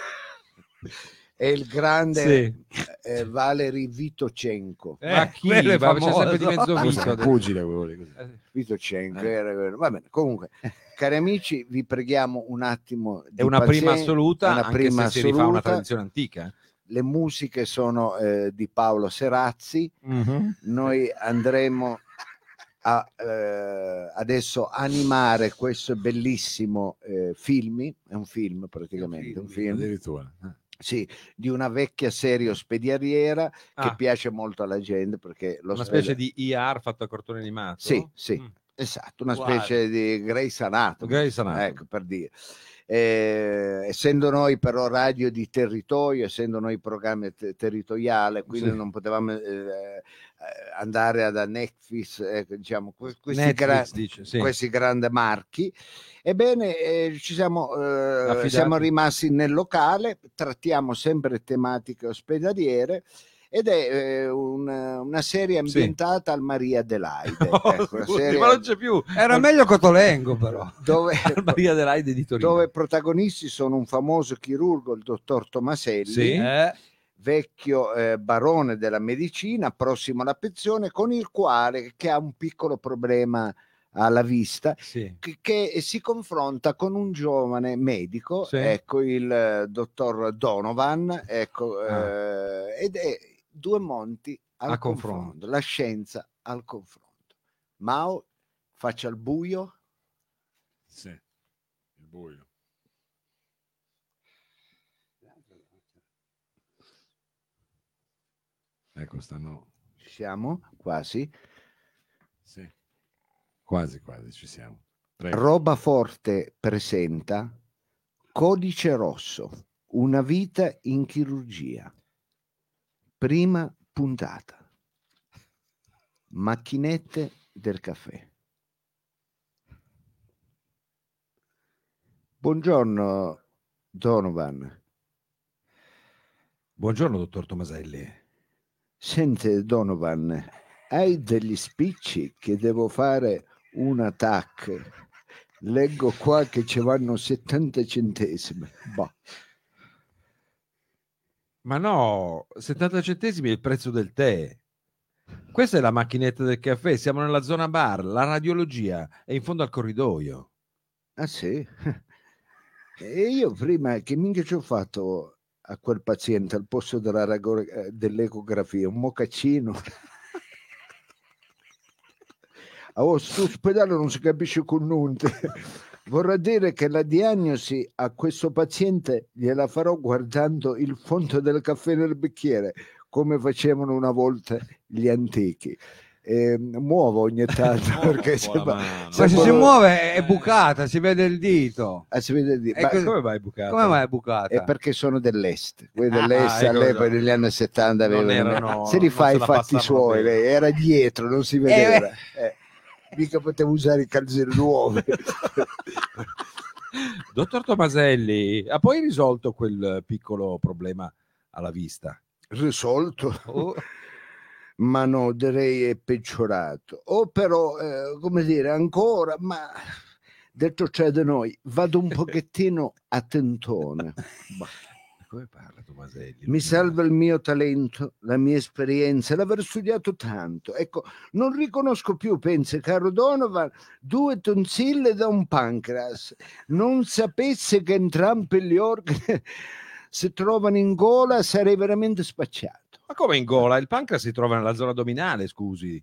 E il grande Sì. eh, Valery Vitochenko. Eh, ma chi? quello è Ma c'è sempre di famoso. mezzo Questo visto. è un pugile quello lì, così. Vitochenko, Eh. era quello. Va bene, comunque, cari amici, vi preghiamo un attimo di È una prima pazienza, assoluta, una anche prima se si rifà una assoluta. tradizione antica. eh. Le musiche sono eh, di Paolo Serazzi. Noi andremo a eh, adesso animare questo bellissimo eh, film, è un film praticamente, un film, Addirittura. Eh. sì, di una vecchia serie ospedaliera che Ah. piace molto alla gente perché lo Una specie di I R fatto a cartone animato. Sì, sì. Mm. Esatto, una Guarda. specie di Grey's Anatomy. Grey's Anatomy. Ecco, per dire. Eh, essendo noi però radio di territorio, essendo noi programmi te- territoriale, quindi Sì. non potevamo eh, eh, andare ad Netflix, ecco, diciamo, que- questi, Netflix, gra- dice, sì. questi grandi marchi. Ebbene, eh, ci siamo, eh, Affidati. siamo rimasti nel locale, trattiamo sempre tematiche ospedaliere. Ed è eh, un- una serie ambientata al Maria Adelaide. Ecco, una Scusi, serie ma non c'è più. Era meglio Cotolengo, però. dove, Al Maria Adelaide di Torino. dove protagonisti sono un famoso chirurgo, il dottor Tomaselli, Sì. Eh, vecchio eh, barone della medicina, prossimo alla pensione, con il quale che ha un piccolo problema alla vista, Sì. che, che si confronta con un giovane medico, Sì. ecco il eh, dottor Donovan, ecco, Ah. eh, ed è due monti al A confronto, confronto. la scienza al confronto. Mao, faccia il buio. Sì, il buio. Ecco, stanno... Ci siamo? Quasi. Sì, quasi, quasi ci siamo. Prego. Roba Forte presenta Codice Rosso, una vita in chirurgia. Prima puntata. Macchinette del caffè. Buongiorno Donovan. Buongiorno, dottor Tomaselli. Sente Donovan, hai degli spicci che devo fare una T A C. Leggo qua che ci vanno settanta centesimi. Boh. Ma no, settanta centesimi è il prezzo del tè. Questa è la macchinetta del caffè, siamo nella zona bar, la radiologia è in fondo al corridoio. Ah sì? E io prima, che minchia ci ho fatto a quel paziente al posto della rago- eh, dell'ecografia? Un mocaccino. A questo ospedale non si capisce con nulla. Vorrà dire che la diagnosi a questo paziente gliela farò guardando il fondo del caffè nel bicchiere, come facevano una volta gli antichi. Eh, muovo ogni tanto perché sembra, Ma se si sembra- muove è bucata, si vede il dito. Ah, si vede di- E ma- così- Come mai bucato? Come mai è bucata? è perché sono dell'est, quelli Ah, dell'est ecco, all'epoca no. negli anni settanta Non avevano, erano- se li non fa se i la fatti passavano suoi, bene. lei era dietro, non si vedeva, eh, mica potevo usare i calzini nuovi. Dottor Tomaselli, ha poi risolto quel piccolo problema alla vista? Risolto? Oh. Ma no, direi è peggiorato. O però, eh, come dire, ancora, ma detto ciò di noi, vado un pochettino a tentone. Bah. Come parla Tomaselli? Mi salva il mio talento, la mia esperienza, l'aver studiato tanto. Ecco, non riconosco più, pensa, caro Donovan, due tonsille da un pancreas. Non sapesse che entrambi gli organi si trovano in gola, sarei veramente spacciato. Ma come in gola? Il pancreas si trova nella zona addominale, scusi.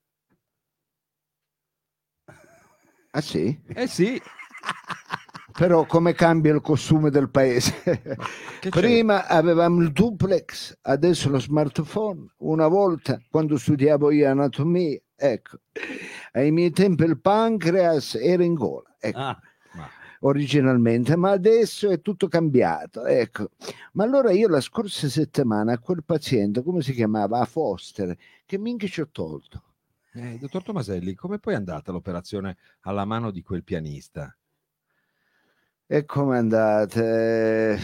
Ah sì? Eh sì. Però come cambia il costume del paese? Che c'è? Prima avevamo il duplex, adesso lo smartphone. Una volta, quando studiavo io anatomia, ecco, ai miei tempi il pancreas era in gola, ecco, Ah, Ma- originalmente, ma adesso è tutto cambiato, ecco. Ma allora io la scorsa settimana a quel paziente, come si chiamava? A Foster, che minchia ci ho tolto. Eh, dottor Tomaselli, come poi è andata l'operazione alla mano di quel pianista? E come andate?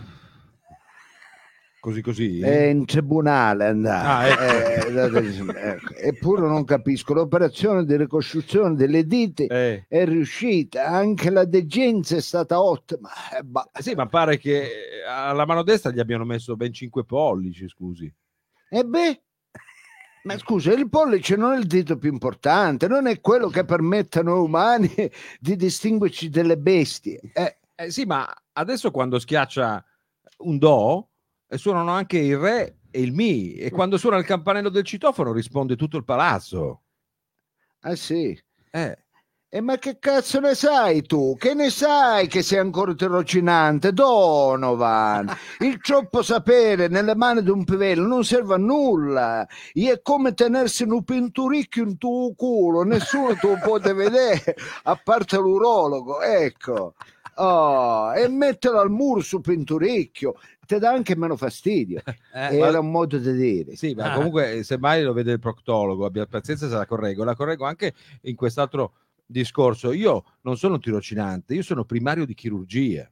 Così così? È in tribunale è andato. Ah, ecco. Eh, dateci- ecco. Eppure non capisco, l'operazione di ricostruzione delle dita Eh, è riuscita, anche la degenza è stata ottima. Eh, bah. sì, ma pare che alla mano destra gli abbiano messo ben cinque pollici, scusi. E beh, ma scusa, il pollice non è il dito più importante, non è quello che permette a noi umani di distinguerci dalle bestie. Eh, Eh sì, ma adesso quando schiaccia un do, eh, suonano anche il re e il mi, e quando suona il campanello del citofono risponde tutto il palazzo. ah sì. Eh, E ma che cazzo ne sai tu? Che ne sai che sei ancora tirocinante? Donovan, il troppo sapere nelle mani di un pivello non serve a nulla. È come tenersi un pinturicchio in tuo culo, nessuno te lo può vedere, a parte l'urologo, ecco. Oh, e metterlo al muro su pinturicchio, ti dà anche meno fastidio. eh, Era un modo di dire. sì, ma Ah. comunque se mai lo vede il proctologo, abbia pazienza se la correggo. La correggo anche in quest'altro discorso. Io non sono un tirocinante, io sono primario di chirurgia.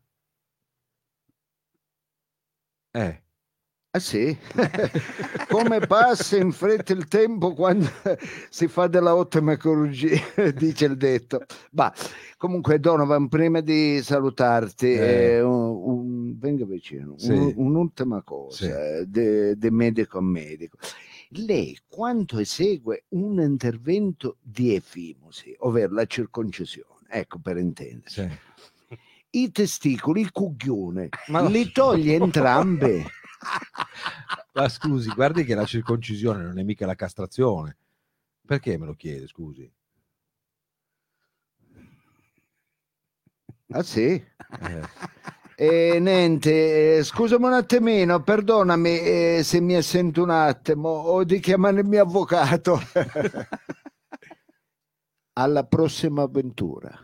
Eh. Ah sì? Come passa in fretta il tempo quando si fa della ottima chirurgia, dice il detto. Ma comunque Donovan, prima di salutarti, Eh. eh, un- un- venga vicino, Sì. un- un'ultima cosa, di medico a medico. Lei quando esegue un intervento di efimosi, ovvero la circoncisione, ecco per intenderci, Sì. i testicoli, il cucchione, Ma- li toglie entrambi. Ma scusi, guardi che la circoncisione non è mica la castrazione. Perché me lo chiede, scusi? Ah sì? Eh. E niente, eh, scusami un attimino, perdonami eh, se mi assento un attimo, ho di chiamare il mio avvocato. Alla prossima avventura.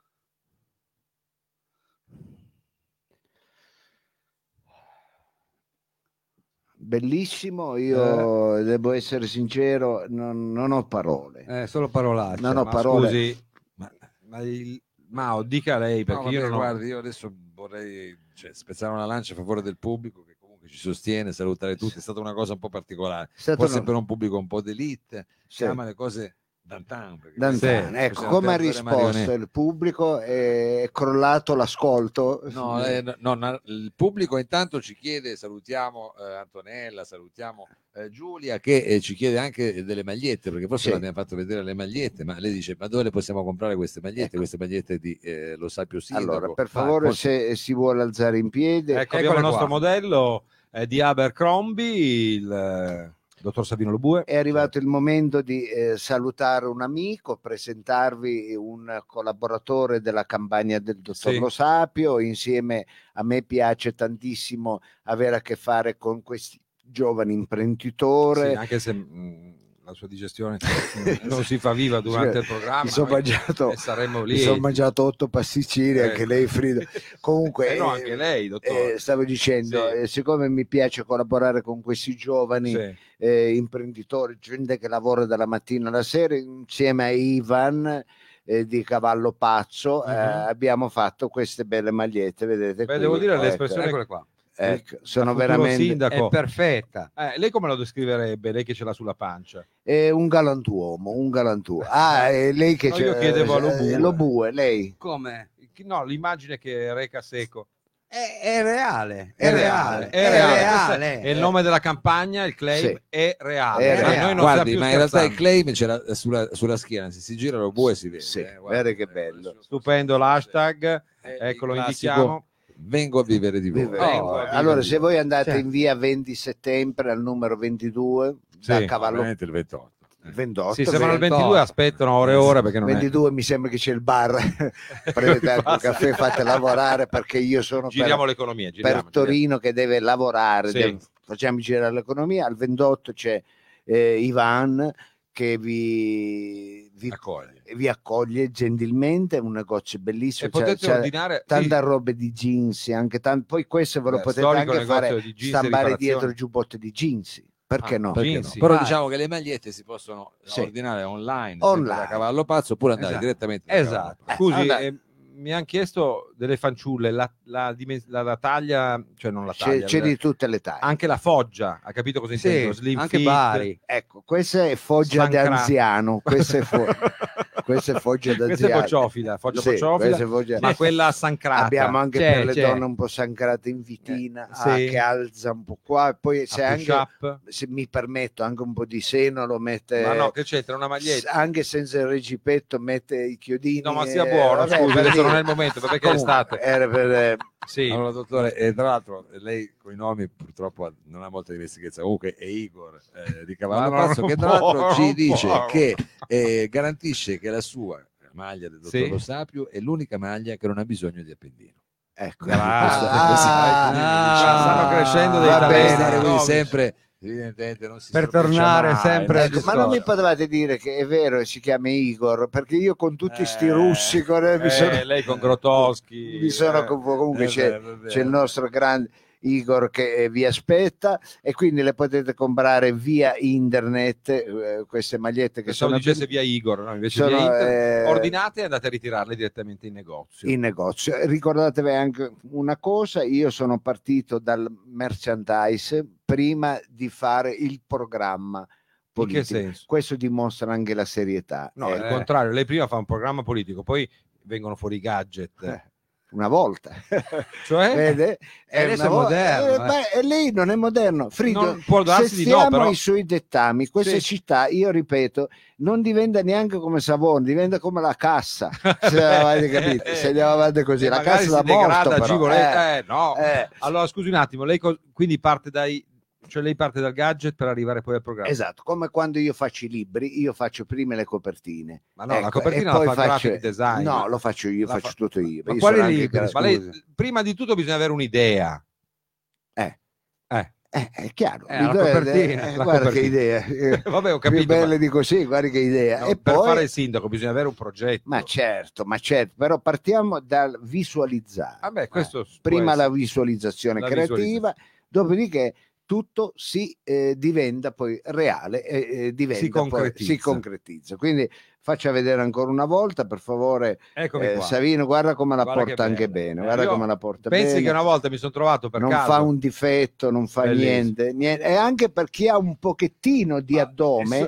Bellissimo, io devo essere sincero, non, non ho parole. eh, solo parolacce. Non ho Ma parole. scusi, ma, ma il Mao, dica lei, perché No, io vabbè, non ho... guardi, io adesso vorrei cioè, spezzare una lancia a favore del pubblico che comunque ci sostiene, salutare tutti, è stata una cosa un po' particolare. È stato Forse una- per un pubblico un po' d'elite, Sì. che ama le cose Dantan, perché Dantan, sì, ecco, possiamo come ha perdere risposto marionette. il pubblico? È crollato l'ascolto? No, eh, no, no, na- il pubblico intanto ci chiede, salutiamo eh, Antonella, salutiamo eh, Giulia che eh, ci chiede anche delle magliette, perché forse Sì. l'abbiamo fatto vedere le magliette, ma lei dice ma dove le possiamo comprare queste magliette? Ecco. Queste magliette di eh, Lo Sapio Sindaco. Allora, per Vai, favore, forse- se si vuole alzare in piedi, Ecco, abbiamo il nostro modello eh, di Abercrombie, il eh, dottor Savino Lobue. è arrivato il momento di eh, salutare un amico, presentarvi un collaboratore della campagna del dottor Sì. Lo Sapio. Insieme a me piace tantissimo avere a che fare con questi giovani imprenditori. Sì, anche se mh, la sua digestione mh, non si fa viva durante il programma, Mi sono noi, mangiato, eh, saremmo lì. mi son mangiato otto pasticcini, Eh. anche lei, Frida. Comunque, Eh no, eh, anche lei, dottore. eh, stavo dicendo, Sì. eh, siccome mi piace collaborare con questi giovani Sì. eh, imprenditori, gente che lavora dalla mattina alla sera, insieme a Ivan eh, di Cavallo Pazzo, eh, Mhm. abbiamo fatto queste belle magliette, vedete Beh, qui. devo dire Ecco, l'espressione Eccole qua. ecco, da sono futuro veramente sindaco. È perfetta. Eh, lei come la descriverebbe? Lei che ce l'ha sulla pancia. eh, un galantuomo, un galantuomo. Ah, e lei che No, c'è, io chiedevo a eh, Lobue. Lobue, lei. Come? No, l'immagine che reca Seco. È, è reale, è, È reale, reale, È reale. reale. Questo è il nome della campagna, il claim Sì. è reale. È Ma reale. noi non Guardi, stiamo più ma in realtà il scherzando. claim ce l'ha sulla, sulla schiena, se si gira lo bue si vede. Sì, eh, guarda che eh, bello. il suo- Stupendo l'hashtag, è ecco, lo il classico, indichiamo. Vengo a vivere di voi. Vive- Vengo a Oh, vivere allora, di se voi. voi andate Certo. in via venti settembre al numero ventidue, da Sì, Cavallo Ovviamente il ventotto. il ventotto, Sì, se vanno al ventotto. ventidue aspettano ore e ore perché non ventidue mi sembra che c'è il bar, prendete anche un Infatti. caffè, fate lavorare, perché io sono è. Giriamo per, l'economia. per Giriamo, Torino che deve lavorare, Sì. deve- facciamo girare l'economia. Al ventotto c'è eh, Ivan che vi, vi, Accoglie. vi accoglie gentilmente, è un negozio bellissimo, E c'è- potete c'è ordinare tanta sì, roba di jeans, anche tan- poi questo ve lo Beh, potete storico anche negozio fare di jeans e stampare riparazioni. dietro il giubbotto di jeans, perché Ah, no? Perché no? Jeans. Però Vai. diciamo che le magliette si possono Sì. ordinare online, sempre Online. da Cavallo Pazzo, oppure andare Esatto. direttamente da Esatto. Cavallo Pazzo. Scusi, allora- eh, mi hanno chiesto delle fanciulle, la, la dimen- la- la taglia, cioè non la C'è, taglia, c'è la- di tutte le taglie. anche la foggia, ha capito cosa intendo? Sì, Slim anche fit. Bari. Ecco, questa è foggia Sancra. d'anziano, questa è, fo- questa è foggia d'anziano. Questa è bocciofila, foggia Sì, bocciofila, questa è foggia- ma quella sancrata. Abbiamo anche C'è, per le c'è. donne un po' sancrate in vitina, Eh, ah, sì. che alza un po' qua, e poi se a anche, push-up. se mi permetto, anche un po' di seno lo mette, Ma no, che c'entra una maglietta? anche senza il regipetto mette i chiodini. No, ma sia eh, buono, vabbè, scusi, per adesso dire. non è il momento, perché è Comunque, estate. era per, eh, Sì. Allora, dottore, e tra l'altro lei con i nomi purtroppo non ha molta dimestichezza. Comunque è Igor eh, di Cavallo Ma no, Pazzo, non che tra l'altro può, ci non dice può. che eh, garantisce che la sua maglia del dottor Sì. Lo Sapio è l'unica maglia che non ha bisogno di appendino. ecco. Grazie. Ah, stanno crescendo dei va talenti. bene. Stare quindi No, sempre evidentemente non si Per stropiccia tornare mai, sempre non al si Ecco, ma non mi stropiccia. potevate dire che è vero e si chiama Igor, perché io con tutti sti Eh, russi con, mi eh, sono, lei con Grotowski, mi sono eh, comunque Eh, c'è, beh, vabbè. c'è il nostro grande Igor che eh, vi aspetta, e quindi le potete comprare via internet eh, queste magliette che Pensavo sono dicesse via Igor, no? Invece sono, via internet. eh, Ordinate e andate a ritirarle direttamente in negozio. in negozio. Ricordatevi anche una cosa, io sono partito dal merchandise prima di fare il programma In politico. che senso? Questo dimostra anche la serietà. No, ecco. al contrario, lei prima fa un programma politico, poi vengono fuori i gadget. Eh, una volta. Cioè? Vede? E adesso è una vo- moderno, eh, eh. beh, e lei non è moderno. Frido, Non può darsi se di no, stiamo però- ai suoi dettami, questa Sì. città, io ripeto, non diventa neanche come Savone, diventa come la cassa. Se avete capito, se andiamo avanti così, E la magari cassa si da morto, degrada però. Gigolet- Eh, eh, no. eh. Allora, scusi un attimo, lei co- quindi parte dai, cioè lei parte dal gadget per arrivare poi al programma. Esatto, come quando io faccio i libri, io faccio prima le copertine. Ma no, la Ecco, copertina e la poi fa il faccio- graphic design. No, lo faccio io, La faccio fa- tutto io. Ma Io quali sono anche libri? gra- Ma lei, Scusi. prima di tutto bisogna avere un'idea. Eh. Eh. Eh, è chiaro, Eh, la bisogna- copertina, eh, la guarda copertina. che idea. Eh, Vabbè, ho più capito. belle ma- di così, guarda che idea. no, e per poi, fare il sindaco bisogna avere un progetto. ma certo, ma certo, però partiamo dal visualizzare. Vabbè, questo può Prima essere. la visualizzazione La creativa, visualizzazione. dopodiché tutto si eh, diventa poi reale e eh, diventa Si poi- concretizza. si concretizza. Quindi faccia vedere ancora una volta, per favore. Eccomi Eh, qua. Savino, guarda come la Guarda che porta anche bella. bene, Eh, guarda io- come la porta Pensi bene. che una volta mi sono trovato per non caso. fa un difetto, non fa Bellissimo. niente, niente. E anche per chi ha un pochettino di Ma- addome, e so-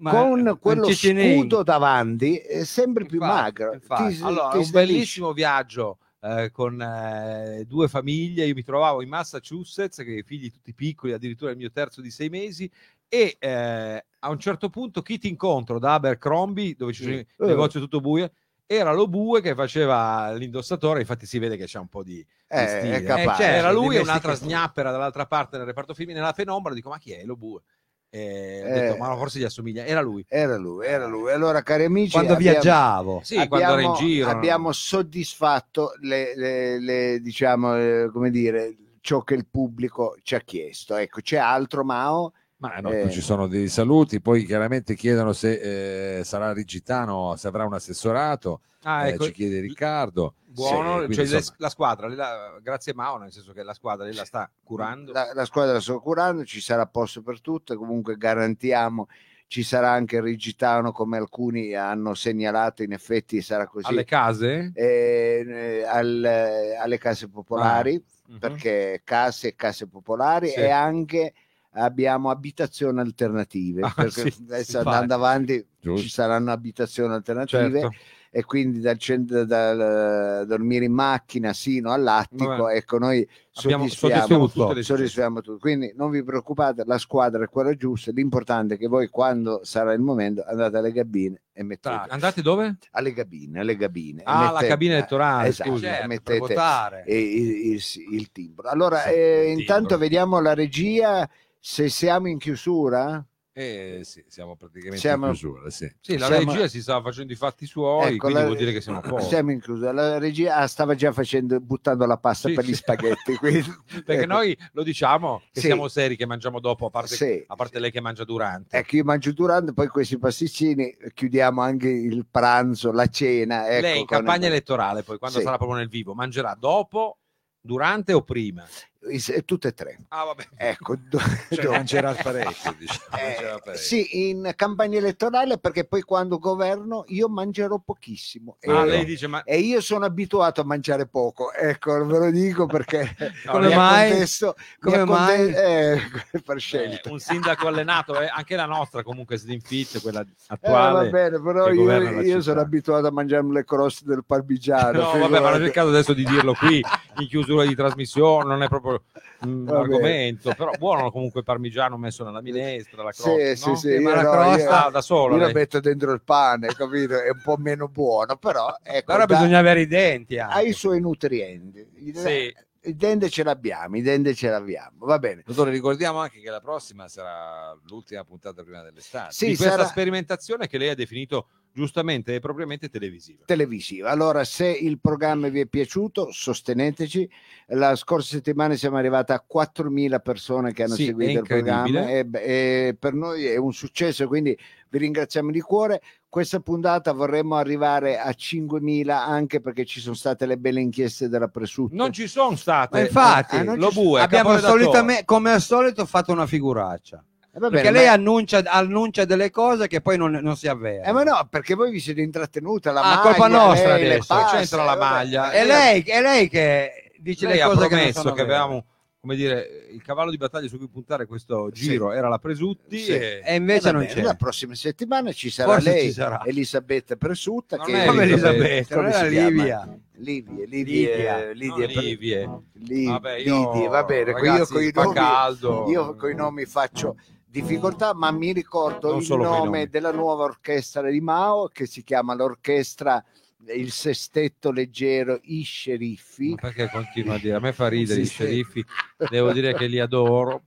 Ma con quello Ciccinini. scudo davanti è sempre più Infatti, magro. infatti. Ti- Allora, ti un sdelisci. bellissimo viaggio eh, con eh, due famiglie. Io mi trovavo in Massachusetts, che i figli tutti piccoli, addirittura il mio terzo di sei mesi, e eh, a un certo punto chi ti incontro da Abercrombie, dove ci sono Sì. il negozio tutto buio, era lo bue che faceva l'indossatore. Infatti si vede che c'è un po' di, di Eh, stile. è capace. Eh, certo, Era lui e un'altra dimestichezza. snappera dall'altra parte nel reparto film, nella penombra. Dico, ma chi è lo bue? E ho Eh, detto, ma no, forse gli assomiglia. Era lui. Era lui, era lui. Allora, cari amici, Quando abbiamo- viaggiavo. Sì, quando era in giro. abbiamo soddisfatto le, le- le, diciamo, eh, come dire, ciò che il pubblico ci ha chiesto. Ecco, c'è altro, Mao? Ma no, Eh. poi ci sono dei saluti, poi chiaramente chiedono se eh, sarà Rigitano, se avrà un assessorato, Ah, eh, ecco. ci chiede Riccardo. Buono, Sì, quindi, cioè, le- insomma, la squadra, lei la- grazie Mao, nel senso che la squadra lei la sta curando. La, la squadra la sto curando, ci sarà posto per tutte, comunque garantiamo ci sarà anche il Rigitano, come alcuni hanno segnalato, in effetti sarà così. Alle case? Eh, eh, al- alle case popolari, Ah, mhm. perché case e case popolari, Sì. e anche abbiamo abitazioni alternative, Ah, perché sì, adesso infatti. andando avanti Giusto. ci saranno abitazioni alternative, Certo. e quindi dal, cent- dal dormire in macchina sino all'attico, Vabbè. ecco, noi Abbiamo soddisfiamo soddisfiamo tutto, tutte le esigenze. soddisfiamo tutto. Quindi non vi preoccupate, la squadra è quella giusta, l'importante è che voi, quando sarà il momento, andate alle cabine e mettete Ah, andate dove? alle cabine, alle cabine. e Ah, la mettete- cabina elettorale, esatto, scusi. e Certo, per mettete votare. eh, il, il- il timbro. Allora, Sì, eh, il intanto timbro. vediamo la regia, se siamo in chiusura. eh, sì, siamo praticamente Siamo- in chiusura. Sì. Sì, la Siamo- regia si stava facendo i fatti suoi, Ecco, quindi la- vuol dire che siamo a posto. Siamo in chiusura. La regia ah, stava già facendo, buttando la pasta Sì, per sì. gli spaghetti. Quindi, Perché ecco. noi lo diciamo che Sì. siamo seri, che mangiamo dopo, a parte, Sì, a parte sì. lei che mangia durante. Ecco, io mangio durante, poi questi pasticcini chiudiamo anche il pranzo, la cena. Ecco, lei in con- campagna elettorale, poi quando Sì. sarà proprio nel vivo, mangerà dopo, durante o prima? i- tutte e tre. Ah, vabbè. Ecco, do- Cioè, do- mangerà parecchio, diciamo, Eh, mangerà parecchio. sì, in campagna elettorale, perché poi quando governo io mangerò pochissimo. Ah, e, lei dice, ma e io sono abituato a mangiare poco, ecco, ve lo dico perché No, Come mi mai? accontesto- mi Come acconte- mai? eh, per eh, scelta. un sindaco allenato, eh, anche la nostra comunque Slim Fit, quella Eh, attuale. va bene, però che io, governa la io città. sono abituato a mangiarmi le croste del parmigiano. No, vabbè, ma non figurati. è il caso adesso di dirlo qui in chiusura di trasmissione, non è proprio un Va bene. argomento, però buono comunque il parmigiano messo nella minestra, la crosta, Sì, no? sì, sì, ma io la no, crosta- io- Ah, da solo io lo lei. metto dentro il pane, capito? È un po' meno buono, però, ecco, Però da- bisogna avere i denti anche. ha i suoi nutrienti. I- Sì. I denti ce l'abbiamo, i denti ce l'abbiamo, va bene. Dottore, ricordiamo anche che la prossima sarà l'ultima puntata prima dell'estate. Sì, Di questa sarà sperimentazione che lei ha definito giustamente e propriamente televisiva. televisiva. Allora, se il programma vi è piaciuto, sosteneteci. La scorsa settimana siamo arrivati a quattromila persone che hanno Sì, seguito è il programma, incredibile. e, beh, e per noi è un successo, quindi vi ringraziamo di cuore. Questa puntata vorremmo arrivare a cinquemila, anche perché ci sono state le belle inchieste della Presutto. Non ci sono state. Ma infatti, Ah, non lo ci sono- bue, abbiamo caporedattore. solitamente, come al solito, fatto una figuraccia. Eh, va Perché bene, lei ma- annuncia, annuncia delle cose che poi non, non si avverano. Eh, ma no, perché voi vi siete intrattenuta la Ah, maglia, colpa nostra lei, le adesso. passe, C'entra la vabbè. maglia. È lei, è lei che dice Lei le ha cose che non promesso sono che vere. avevamo, come dire, il cavallo di battaglia su cui puntare questo Sì. giro era la Presutti. Sì. E... E invece Eh, va non bene, c'è. la prossima settimana ci sarà Forse lei, ci sarà. Elisabetta Presutta, Non che è Come Elisabetta, Elisabetta, non come era si chiama? Livia. Livie, Livia. Livie, Livie, Non per- Livie. Li- Vabbè, io, Lidie, va bene, ragazzi, io con i fa nomi, caldo. io coi nomi faccio difficoltà, ma mi ricordo Non il solo coi nome nomi. della nuova orchestra di Mao, che si chiama l'orchestra Il Sestetto Leggero I Sceriffi. Ma perché continua a dire? A me fa ridere Sì, i sì. sceriffi, devo dire che li adoro.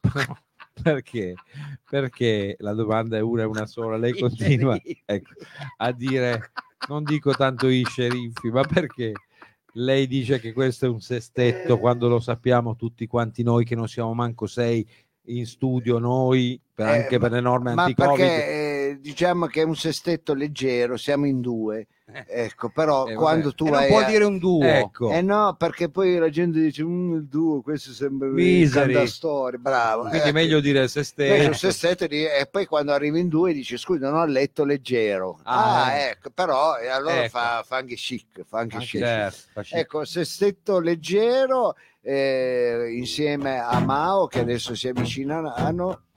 Perché? Perché la domanda è una e una sola. Lei continua, ecco, a dire, non dico tanto i sceriffi, ma perché lei dice che questo è un sestetto quando lo sappiamo tutti quanti noi che non siamo manco sei in studio noi, per- Eh, anche ma- per le norme Ma anti-Covid. perché eh, diciamo che è un sestetto leggero, siamo in due, ecco, però Eh, vabbè. quando tu E non hai... può dire un duo. Ecco. Eh no, perché poi la gente dice "Mm, il duo, questo sembra Miseri. storia", bravo. Quindi ecco. è meglio dire Invece sestetto. un sestetto di- e poi quando arrivi in due dici scusa, non ho letto leggero. Ah, Ah, eh. ecco, però e allora Ecco. fa, fa anche chic, fa anche Anche chic. certo, fa chic. Ecco, sestetto leggero eh, insieme a Mao che adesso si avvicinano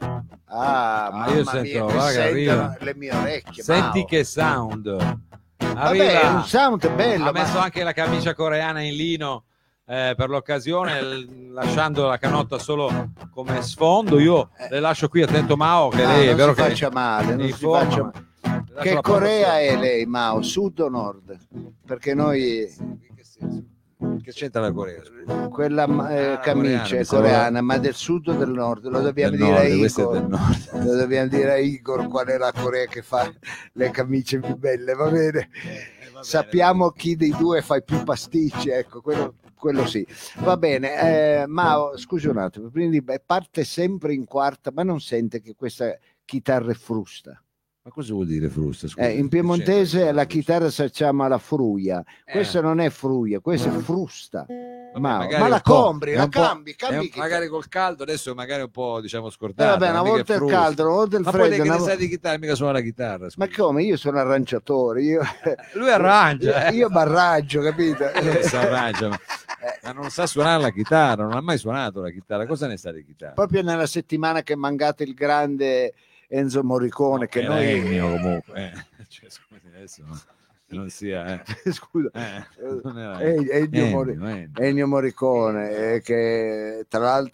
Ah, Ah, io mamma sento, mia, guarda che che sentono arriva. le mie orecchie. Senti Mao. che sound. Vabbè, Arriva. è un sound bello. Ha ma- messo anche la camicia coreana in lino eh, per l'occasione, l- lasciando la canotta solo come sfondo. Io le lascio qui, attento Mao, che Ah, lei è non vero si che faccia male, non si informa, faccia- ma- le lascio Che la Corea postazione. è lei, Mao? Sud o nord? Perché noi In che senso? Che c'entra la Corea? scusa? quella eh, Ah, la camicia coreana, è mi sembrava- coreana, ma del sud o del nord? Lo dobbiamo Del dire nord, a questo è Igor. del nord. Lo dobbiamo dire a Igor qual è la Corea che fa le camicie più belle, va bene? Eh, va bene, Sappiamo chi dei due fa i più pasticci, ecco, quello, quello sì. Va bene, eh, ma scusi un attimo, quindi beh, parte sempre in quarta, ma non sente che questa chitarra è frusta? Ma cosa vuol dire frusta? Scusa, Eh, in che piemontese c'entra la frusta? chitarra si chiama la fruia, Eh. questa non è fruia, questa è frusta. Vabbè, Ma, magari ma un la po', compri, è la un po'- cambi, è cambi un- che- magari col caldo adesso magari un po' diciamo Eh, scordata. vabbè, una non mica volta il frusta. caldo, una volta il Ma poi freddo. lei che una ne vo- sai di chitarra, mica suona la chitarra. Ma scusa. come? Io sono arrangiatore, io, Lui arrangia, eh. io mi arrangio, capito? Eh, si arrangia, ma, Eh, ma non sa suonare la chitarra, non ha mai suonato la chitarra. Cosa ne sa di chitarra? proprio nella settimana che è mancato il grande Enzo Morricone, No, che era noi... Ennio comunque. eh. Cioè, scusi, adesso no, che non sia... Eh. Scusa, Eh, non era Eh, Ennio, Ennio, Mori- Ennio. Ennio Morricone, eh, che tra l'altro